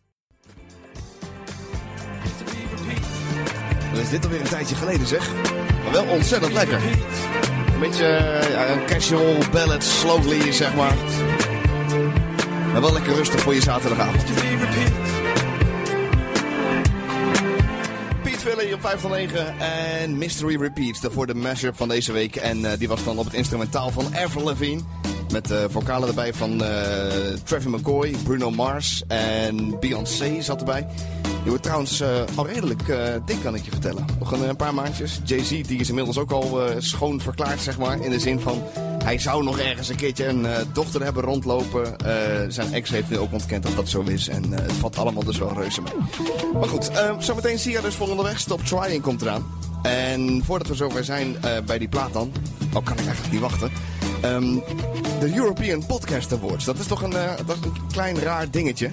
Dan is dit alweer een tijdje geleden, zeg. Maar wel ontzettend lekker. Een beetje een casual ballad, slowly, zeg maar. Maar wel lekker rustig voor je zaterdagavond. Piet Philly op 509 en Mystery Repeats. Daarvoor de mashup van deze week. En die was dan op het instrumentaal van Avril Lavigne. Met vocalen erbij van Travis McCoy, Bruno Mars en Beyoncé zat erbij. Die wordt trouwens al redelijk dik, kan ik je vertellen. Nog een paar maandjes. Jay-Z, die is inmiddels ook al schoon verklaard, zeg maar. In de zin van, hij zou nog ergens een keertje een dochter hebben rondlopen. Zijn ex heeft nu ook ontkend dat dat zo is. En het valt allemaal dus wel reuze mee. Maar goed, zometeen zie je dus voor onderweg. Stop Trying komt eraan. En voordat we zover zijn bij die plaat dan, kan ik eigenlijk niet wachten. De European Podcast Awards. Dat is toch een klein raar dingetje.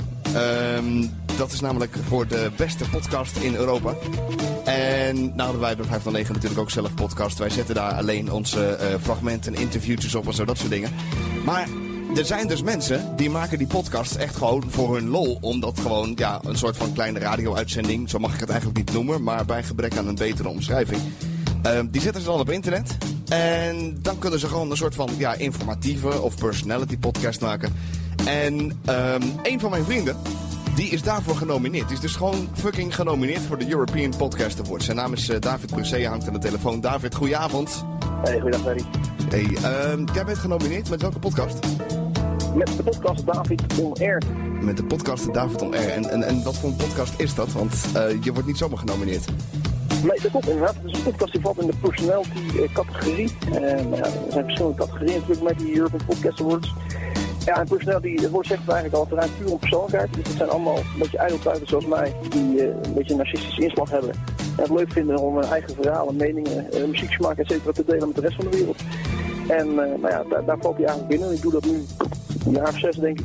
Dat is namelijk voor de beste podcast in Europa. En nou, wij bij 509 natuurlijk ook zelf podcast. Wij zetten daar alleen onze fragmenten, interviewtjes op en zo, dat soort dingen. Maar er zijn dus mensen die maken die podcast echt gewoon voor hun lol. Omdat gewoon, een soort van kleine radio-uitzending, zo mag ik het eigenlijk niet noemen, maar bij gebrek aan een betere omschrijving. Die zetten ze dan op internet. En dan kunnen ze gewoon een soort van informatieve of personality podcast maken. En een van mijn vrienden, die is daarvoor genomineerd. Die is dus gewoon fucking genomineerd voor de European Podcast Awards. Zijn naam is David Brusset, hangt aan de telefoon. David, goedenavond. Hey, goedendag Ferry. Hey, jij bent genomineerd met welke podcast? Met de podcast David On Air. Met de podcast David On Air. En wat voor een podcast is dat? Want je wordt niet zomaar genomineerd. Nee, dat klopt inderdaad. Het is een podcast die valt in de personality categorie. Er zijn verschillende categorieën natuurlijk met die European Podcast Awards. Ja, en personality, het woord zegt het eigenlijk al, het draait puur om persoonlijkheid. Dus het zijn allemaal een beetje ijdeltuiten zoals mij, die een beetje een narcistische inslag hebben. En het leuk vinden om hun eigen verhalen, meningen, muzieksmaak, et cetera, te delen met de rest van de wereld. En daar valt hij eigenlijk binnen. Ik doe dat nu een jaar of 6, denk ik.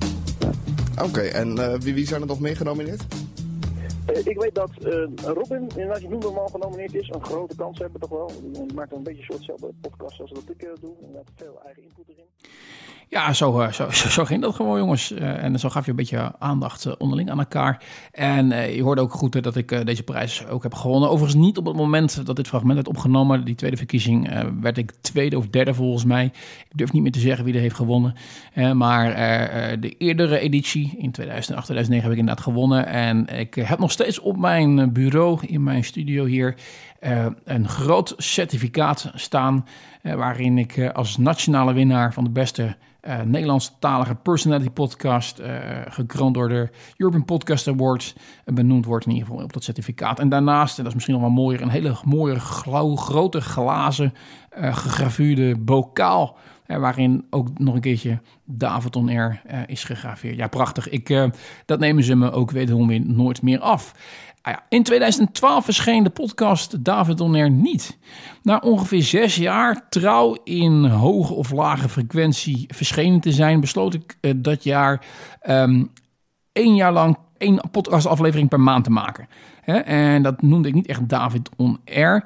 Oké, en wie zijn er nog mee genomineerd? Ik weet dat Robin, inderdaad, je noemde hem al, genomineerd is. Een grote kans hebben toch wel. Die maakt een beetje een soortzelfde podcast als dat ik doe. Inderdaad, veel eigen input erin. Ja, zo ging dat gewoon, jongens. En zo gaf je een beetje aandacht onderling aan elkaar. En je hoorde ook goed dat ik deze prijs ook heb gewonnen. Overigens niet op het moment dat dit fragment werd opgenomen. Die tweede verkiezing werd ik tweede of derde volgens mij. Ik durf niet meer te zeggen wie er heeft gewonnen. Maar de eerdere editie in 2008, 2009 heb ik inderdaad gewonnen. En ik heb nog steeds steeds op mijn bureau in mijn studio hier een groot certificaat staan. Waarin ik als nationale winnaar van de beste Nederlandstalige personality podcast, gekroond door de European Podcast Awards, benoemd wordt in ieder geval op dat certificaat. En daarnaast, en dat is misschien nog wel mooier, een hele mooie grote glazen gegraveerde bokaal. Waarin ook nog een keertje David On Air is gegraveerd. Ja, prachtig. Dat nemen ze me ook wederom weer nooit meer af. In 2012 verscheen de podcast David On Air niet. Na ongeveer 6 jaar trouw in hoge of lage frequentie verschenen te zijn, besloot ik dat jaar 1 jaar lang 1 podcastaflevering per maand te maken. En dat noemde ik niet echt David On Air.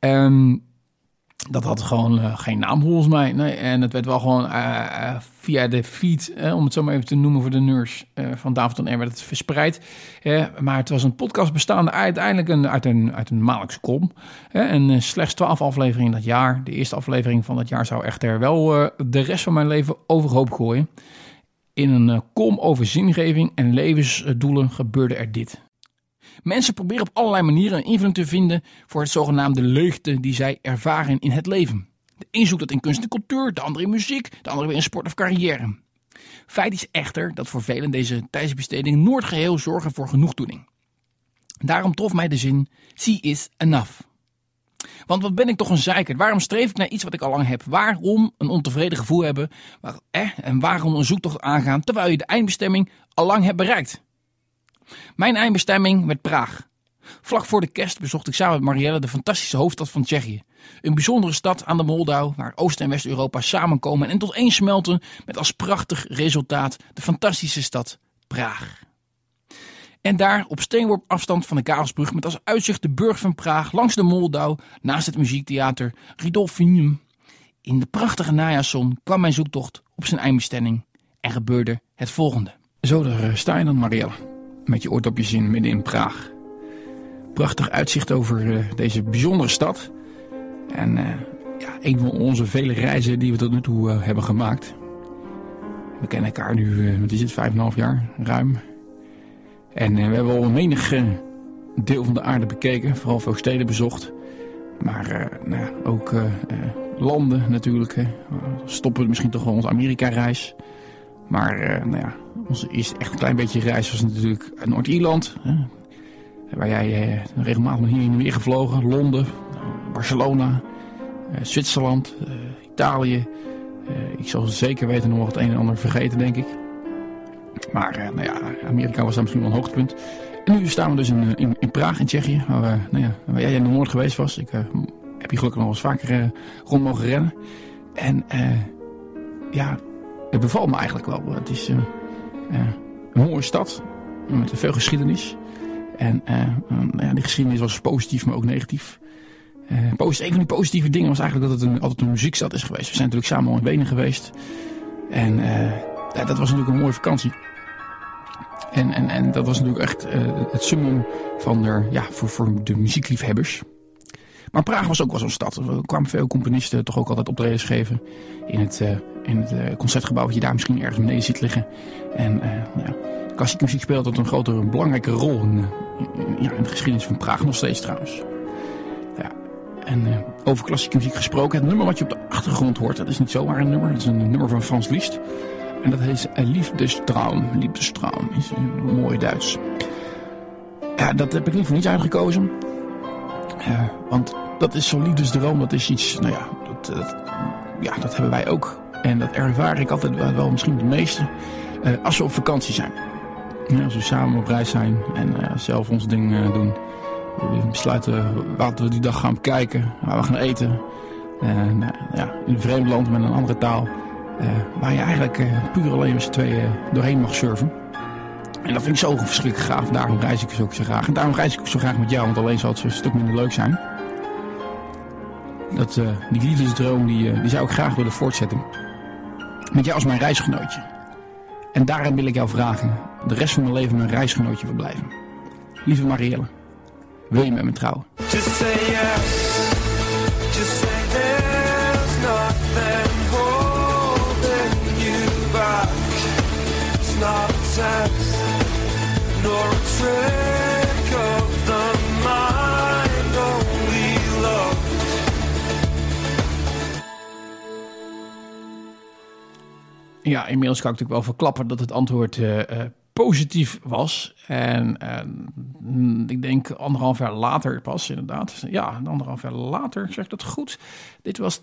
Dat had gewoon geen naam volgens mij. Nee, en het werd wel gewoon via de feed, om het zo maar even te noemen voor de nerds, van David On Air werd het verspreid. Maar het was een podcast bestaande uiteindelijk uit een maandelijkse column. En slechts 12 afleveringen dat jaar. De eerste aflevering van dat jaar zou echter wel de rest van mijn leven overhoop gooien. In een column over zingeving en levensdoelen gebeurde er dit. Mensen proberen op allerlei manieren een invulling te vinden voor het zogenaamde leegte die zij ervaren in het leven. De een zoekt dat in kunst en cultuur, de andere in muziek, de andere weer in sport of carrière. Feit is echter dat voor velen deze tijdsbestedingen nooit geheel zorgen voor genoegdoening. Daarom trof mij de zin, she is enough. Want wat ben ik toch een zeikert? Waarom streef ik naar iets wat ik al lang heb? Waarom een ontevreden gevoel hebben? En waarom een zoektocht aangaan terwijl je de eindbestemming al lang hebt bereikt? Mijn eindbestemming werd Praag. Vlak voor de kerst bezocht ik samen met Marielle de fantastische hoofdstad van Tsjechië. Een bijzondere stad aan de Moldau waar Oost- en West-Europa samenkomen en tot één smelten met als prachtig resultaat de fantastische stad Praag. En daar op steenworp afstand van de Karelsbrug met als uitzicht de burcht van Praag langs de Moldau naast het muziektheater Ridolfinum. In de prachtige najaarszon kwam mijn zoektocht op zijn eindbestemming en gebeurde het volgende. Zo, daar sta je dan, Marielle. Met je oordopjes in midden in Praag. Prachtig uitzicht over deze bijzondere stad. En een van onze vele reizen die we tot nu toe hebben gemaakt. We kennen elkaar nu, wat is het, 5,5 jaar, ruim. En we hebben al menig deel van de aarde bekeken. Vooral veel steden bezocht. Maar ook landen natuurlijk. Stoppen we misschien toch wel onze Amerika-reis. Maar onze eerste echt een klein beetje reis was natuurlijk Noord-Ierland. Waar jij regelmatig hier en weer gevlogen. Londen, Barcelona, Zwitserland, Italië. Ik zal zeker weten nog wat een en ander vergeten, denk ik. Maar Amerika was daar misschien wel een hoogtepunt. En nu staan we dus in Praag, in Tsjechië. Waar jij nog nooit geweest was. Ik heb hier gelukkig nog eens vaker rond mogen rennen. En het bevalt me eigenlijk wel. Het is een mooie stad met veel geschiedenis. En die geschiedenis was positief, maar ook negatief. Een van die positieve dingen was eigenlijk dat het altijd een muziekstad is geweest. We zijn natuurlijk samen al in Wenen geweest. En dat was natuurlijk een mooie vakantie. En dat was natuurlijk echt het summum van voor de muziekliefhebbers. Maar Praag was ook wel zo'n stad. Er kwamen veel componisten toch ook altijd optredens geven in het concertgebouw wat je daar misschien ergens beneden ziet liggen. En klassieke muziek speelt tot een grotere, belangrijke rol in de geschiedenis van Praag, nog steeds trouwens. Ja. En over klassieke muziek gesproken, het nummer wat je op de achtergrond hoort, dat is niet zomaar een nummer, dat is een nummer van Franz Liszt. En dat heet Liefdestraum. Liefdestraum is een mooi Duits. Ja, dat heb ik niet voor niets uitgekozen. Want dat is zo'n liefdesdroom, dat is iets, dat hebben wij ook. En dat ervaar ik altijd wel misschien het meeste als we op vakantie zijn. Als we samen op reis zijn en zelf ons ding doen. We besluiten wat we die dag gaan bekijken, waar we gaan eten. In een vreemd land met een andere taal. Waar je eigenlijk puur alleen met z'n tweeën doorheen mag surfen. En dat vind ik zo verschrikkelijk gaaf. Daarom reis ik dus ook zo graag. En daarom reis ik ook zo graag met jou. Want alleen zal het een stuk minder leuk zijn. Die liefdesdroom die zou ik graag willen voortzetten. Met jou als mijn reisgenootje. En daarom wil ik jou vragen. De rest van mijn leven mijn reisgenootje wil blijven. Lieve Marielle. Wil je met me trouwen? Just say yes. Just say there's nothing holding you back. It's not a test, nor a trick. Ja, inmiddels kan ik natuurlijk wel verklappen dat het antwoord positief was. En ik denk 1,5 jaar later pas, inderdaad. Ja, 1,5 jaar later, zeg ik dat goed. Dit was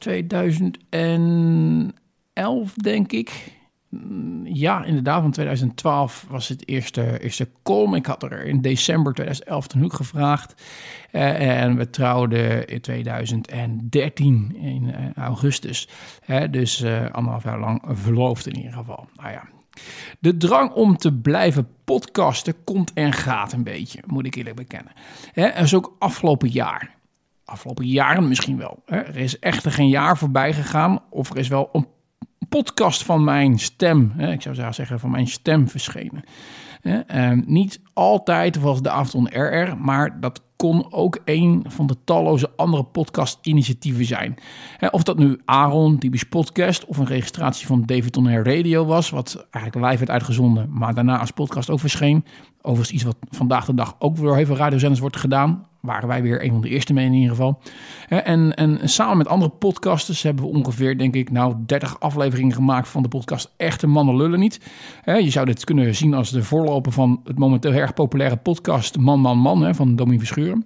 2011, denk ik. Ja, inderdaad, van 2012 was het eerste column. Ik had er in december 2011 ten huwelijk gevraagd. En we trouwden in 2013 in augustus. Dus 1,5 jaar lang verloofd in ieder geval. Nou ja. De drang om te blijven podcasten komt en gaat een beetje, moet ik eerlijk bekennen. Dat is ook afgelopen jaar. Afgelopen jaren misschien wel. Er is echter geen jaar voorbij gegaan of er is wel een podcast van mijn stem, ik zou zeggen van mijn stem verschenen. Niet altijd was de David On Air, maar dat kon ook een van de talloze andere podcast-initiatieven zijn. Of dat nu Aaron, Typisch Podcast of een registratie van David On Air Radio was, wat eigenlijk live werd uitgezonden, maar daarna als podcast ook verscheen. Overigens iets wat vandaag de dag ook door heel veel radiozenders wordt gedaan. Waren wij weer een van de eerste mee in ieder geval. En samen met andere podcasters hebben we ongeveer, denk ik, 30 afleveringen gemaakt van de podcast Echte Mannen Lullen Niet. Je zou dit kunnen zien als de voorloper van het momenteel erg populaire podcast Man van Domien Verschuren.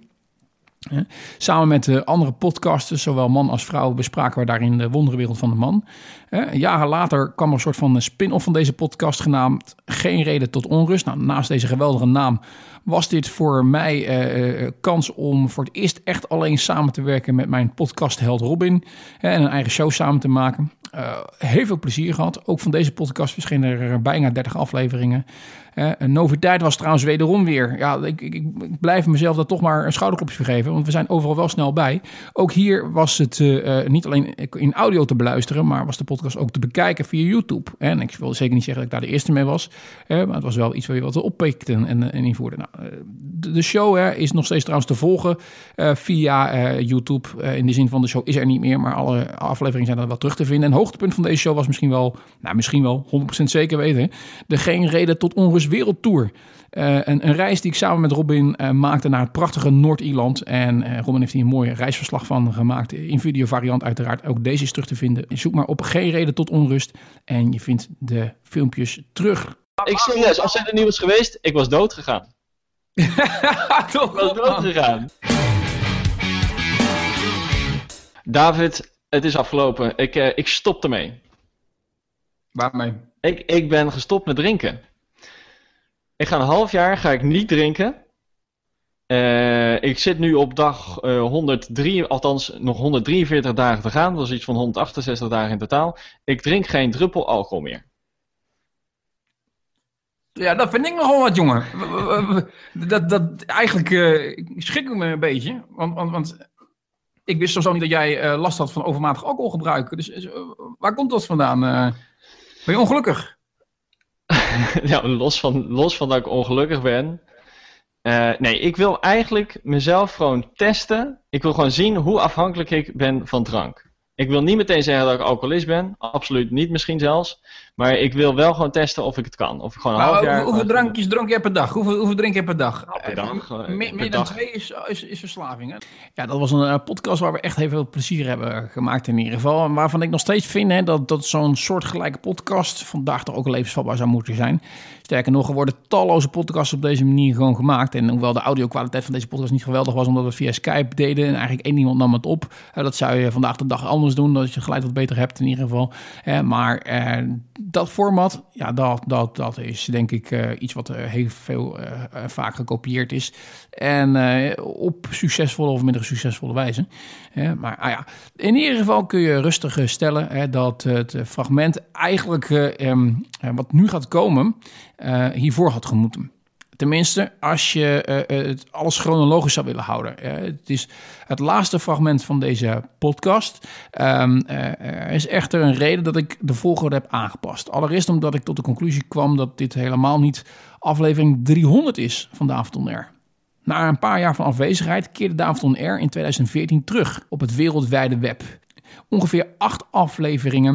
Samen met andere podcasters, zowel man als vrouw, bespraken we daarin de wonderenwereld van de man. Jaren later kwam er een soort van spin-off van deze podcast genaamd Geen Reden tot Onrust. Nou, naast deze geweldige naam was dit voor mij kans om voor het eerst echt alleen samen te werken met mijn podcastheld Robin. En een eigen show samen te maken. Heel veel plezier gehad. Ook van deze podcast verschenen er bijna 30 afleveringen. Een noviteit was trouwens wederom weer. Ja, ik blijf mezelf dat toch maar een schouderklopje vergeven, want we zijn overal wel snel bij. Ook hier was het niet alleen in audio te beluisteren, maar was de podcast ook te bekijken via YouTube. En ik wil zeker niet zeggen dat ik daar de eerste mee was, maar het was wel iets waar je wat oppikte en invoerde. Nou, de show is nog steeds trouwens te volgen via YouTube. In de zin van de show is er niet meer, maar alle afleveringen zijn er wel terug te vinden. En het hoogtepunt van deze show was misschien wel 100% zeker weten, de Geen Reden tot Onrust Wereldtour. Een reis die ik samen met Robin maakte naar het prachtige Noord-Ierland. En Robin heeft hier een mooi reisverslag van gemaakt. In videovariant uiteraard. Ook deze is terug te vinden. Zoek maar op Geen Reden tot Onrust. En je vindt de filmpjes terug. Ik serieus, als het er niet was geweest, ik was dood gegaan. Toch? Ik was dood gegaan. David, het is afgelopen. Ik stop ermee. Waarmee? Ik ben gestopt met drinken. Ik ga een half jaar niet drinken. Ik zit nu op dag 103, althans nog 143 dagen te gaan. Dat is iets van 168 dagen in totaal. Ik drink geen druppel alcohol meer. Ja, dat vind ik nogal wat, jongen. Eigenlijk schrik ik me een beetje. Want ik wist sowieso niet dat jij last had van overmatig alcoholgebruik. Dus waar komt dat vandaan? Ben je ongelukkig? Ja, los van dat ik ongelukkig ben. Nee, ik wil eigenlijk mezelf gewoon testen. Ik wil gewoon zien hoe afhankelijk ik ben van drank. Ik wil niet meteen zeggen dat ik alcoholist ben. Absoluut niet misschien zelfs. Maar ik wil wel gewoon testen of ik het kan. Of ik gewoon een half jaar... Hoeveel drankjes dronk je per dag? Hoeveel drink je per dag? Per dag. Meer dan 2 is verslaving, hè? Ja, dat was een podcast waar we echt heel veel plezier hebben gemaakt in ieder geval. Waarvan ik nog steeds vind dat zo'n soortgelijke podcast vandaag toch ook levensvatbaar zou moeten zijn. Sterker nog, er worden talloze podcasts op deze manier gewoon gemaakt. En hoewel de audio-kwaliteit van deze podcast niet geweldig was, omdat we het via Skype deden en eigenlijk één iemand nam het op. Dat zou je vandaag de dag anders doen, dat je geluid wat beter hebt in ieder geval. Maar dat format, ja, dat is denk ik iets wat heel veel vaak gekopieerd is. En op succesvolle of minder succesvolle wijze. Maar in ieder geval kun je rustig stellen dat het fragment eigenlijk wat nu gaat komen hiervoor had gemoeten. Tenminste, als je alles chronologisch zou willen houden. Het is het laatste fragment van deze podcast. Er is echter een reden dat ik de volgorde heb aangepast. Allereerst omdat ik tot de conclusie kwam dat dit helemaal niet aflevering 300 is van David On Air. Na een paar jaar van afwezigheid keerde David On Air in 2014 terug op het wereldwijde web. Ongeveer 8 afleveringen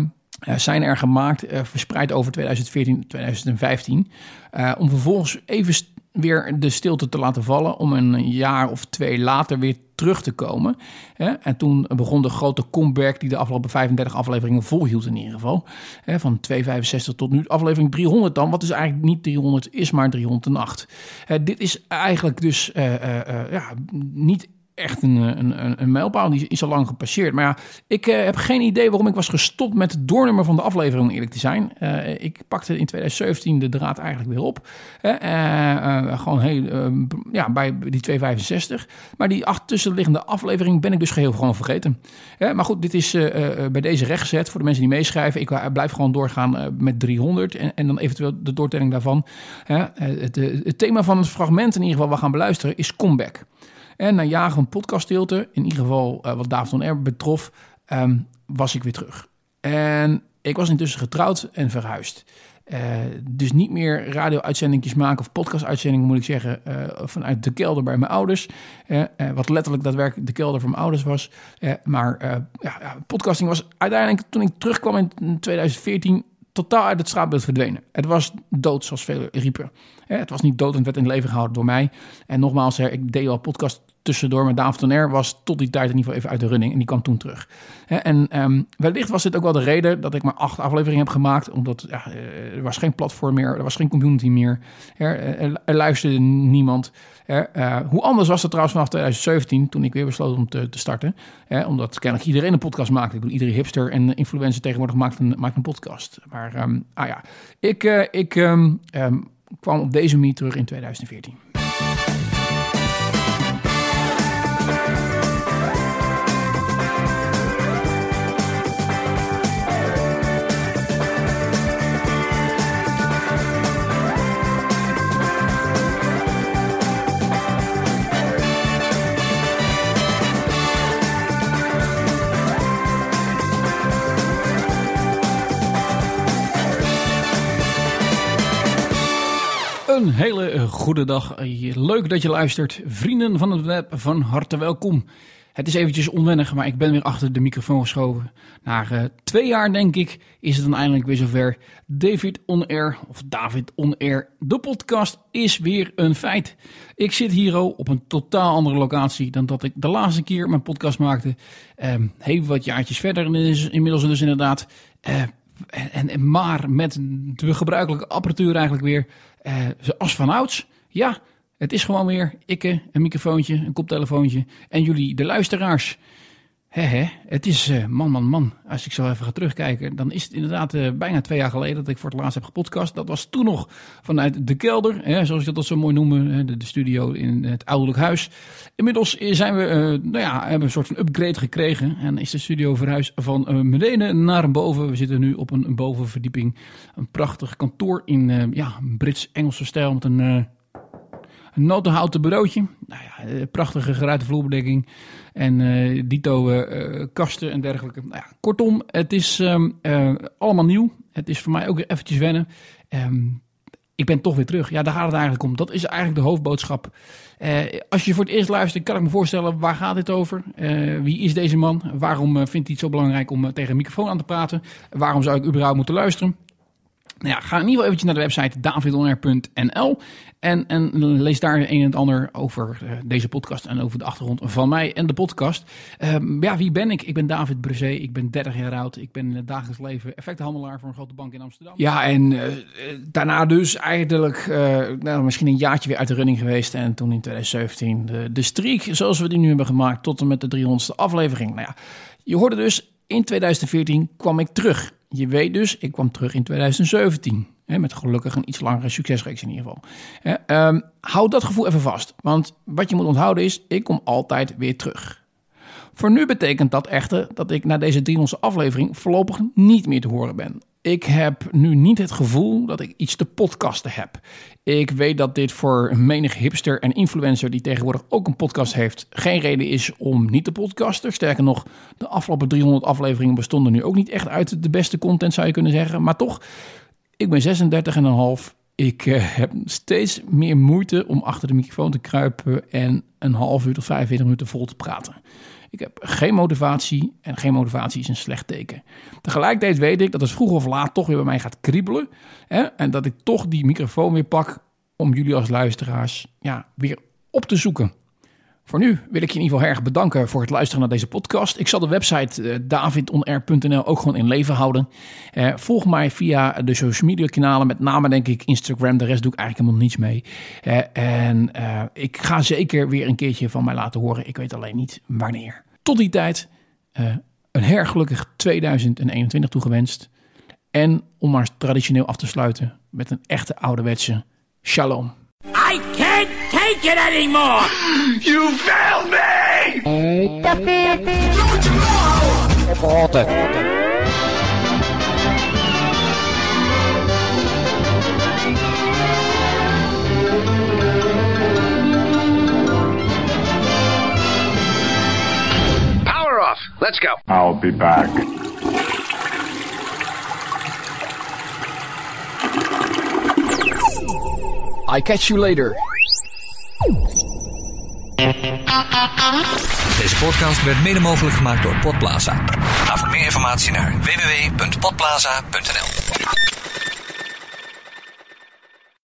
zijn er gemaakt, verspreid over 2014, 2015. Om vervolgens even weer de stilte te laten vallen, om een jaar of 2 later weer terug te komen. En toen begon de grote comeback die de afgelopen 35 afleveringen volhield in ieder geval. Van 265 tot nu aflevering 300 dan. Wat is eigenlijk niet 300, is maar 308. Dit is eigenlijk dus niet echt een mijlpaal, die is al lang gepasseerd. Maar ja, ik heb geen idee waarom ik was gestopt met het doornummer van de aflevering, om eerlijk te zijn. Ik pakte in 2017 de draad eigenlijk weer op. Gewoon bij die 265. Maar die tussenliggende aflevering ben ik dus geheel gewoon vergeten. Maar goed, dit is bij deze rechtgezet voor de mensen die meeschrijven. Ik blijf gewoon doorgaan met 300 en dan eventueel de doortelling daarvan. Het thema van het fragment in ieder geval wat we gaan beluisteren is comeback. En na jaren van podcaststilte, in ieder geval wat David On Air betrof, was ik weer terug. En ik was intussen getrouwd en verhuisd. Dus niet meer radio-uitzendingjes maken of podcast-uitzendingen, moet ik zeggen, vanuit de kelder bij mijn ouders. Wat letterlijk daadwerkelijk de kelder van mijn ouders was. Maar podcasting was uiteindelijk, toen ik terugkwam in 2014... totaal uit het straatbeeld verdwenen. Het was dood, zoals velen riepen. Het was niet dood en het werd in leven gehouden door mij. En nogmaals, ik deed al podcast tussendoor, maar David On Air was tot die tijd in ieder geval even uit de running. En die kwam toen terug. En wellicht was dit ook wel de reden dat ik maar 8 afleveringen heb gemaakt. Omdat er was geen platform meer, er was geen community meer. Er luisterde niemand. Hoe anders was het trouwens vanaf 2017, toen ik weer besloot om te starten. Omdat kennelijk iedereen een podcast maakt. Ik bedoel, iedere hipster en influencer tegenwoordig maakt een podcast. Maar ik kwam op deze manier terug in 2014. Een hele goede dag. Leuk dat je luistert. Vrienden van het web, van harte welkom. Het is eventjes onwennig, maar ik ben weer achter de microfoon geschoven. Na 2 jaar, denk ik, is het dan eindelijk weer zover. David On Air, of David On Air, de podcast is weer een feit. Ik zit hier op een totaal andere locatie dan dat ik de laatste keer mijn podcast maakte. Heel wat jaartjes verder inmiddels dus inderdaad. Maar met de gebruikelijke apparatuur eigenlijk weer zoals vanouds. Ja, het is gewoon weer een microfoontje, een koptelefoontje en jullie, de luisteraars. Het is man. Als ik zo even ga terugkijken, dan is het inderdaad bijna 2 jaar geleden dat ik voor het laatst heb gepodcast. Dat was toen nog vanuit de kelder, zoals ik dat zo mooi noem, de studio in het ouderlijk huis. Inmiddels zijn we, hebben een soort van upgrade gekregen en is de studio verhuisd van beneden naar boven. We zitten nu op een bovenverdieping, een prachtig kantoor in Brits-Engelse stijl met een notenhouten bureautje. Prachtige geruite vloerbedekking. En dito kasten en dergelijke. Kortom, het is allemaal nieuw. Het is voor mij ook weer eventjes wennen. Ik ben toch weer terug. Ja, daar gaat het eigenlijk om. Dat is eigenlijk de hoofdboodschap. Als je voor het eerst luistert, kan ik me voorstellen, waar gaat dit over? Wie is deze man? Waarom vindt hij het zo belangrijk om tegen een microfoon aan te praten? Waarom zou ik überhaupt moeten luisteren? Ga in ieder geval eventjes naar de website davidonair.nl en lees daar een en het ander over deze podcast en over de achtergrond van mij en de podcast. Wie ben ik? Ik ben David Brezé, ik ben 30 jaar oud, ik ben in het dagelijks leven effectenhandelaar voor een grote bank in Amsterdam. Ja, en daarna dus eigenlijk misschien een jaartje weer uit de running geweest en toen in 2017 de streak zoals we die nu hebben gemaakt tot en met de 300ste aflevering. Je hoorde dus, in 2014 kwam ik terug. Je weet dus, ik kwam terug in 2017. Met gelukkig een iets langere succesreeks in ieder geval. Houd dat gevoel even vast. Want wat je moet onthouden is, ik kom altijd weer terug. Voor nu betekent dat echter dat ik na deze 300ste aflevering voorlopig niet meer te horen ben. Ik heb nu niet het gevoel dat ik iets te podcasten heb. Ik weet dat dit voor menig hipster en influencer die tegenwoordig ook een podcast heeft geen reden is om niet te podcasten. Sterker nog, de afgelopen 300 afleveringen bestonden nu ook niet echt uit de beste content, zou je kunnen zeggen. Maar toch, ik ben 36,5. Ik heb steeds meer moeite om achter de microfoon te kruipen en een half uur tot 45 minuten vol te praten. Ik heb geen motivatie en geen motivatie is een slecht teken. Tegelijkertijd weet ik dat het vroeg of laat toch weer bij mij gaat kriebelen. Hè? En dat ik toch die microfoon weer pak om jullie als luisteraars weer op te zoeken. Voor nu wil ik je in ieder geval erg bedanken voor het luisteren naar deze podcast. Ik zal de website davidonair.nl ook gewoon in leven houden. Volg mij via de social media kanalen, met name denk ik Instagram. De rest doe ik eigenlijk helemaal niets mee. En ik ga zeker weer een keertje van mij laten horen. Ik weet alleen niet wanneer. Tot die tijd een hergelukkig 2021 toegewenst. En om maar traditioneel af te sluiten met een echte ouderwetse shalom. I can't take it anymore! You failed me! Power off. Let's go. I'll be back. I catch you later. Deze podcast werd mede mogelijk gemaakt door Podplaza. Ga voor meer informatie naar www.podplaza.nl.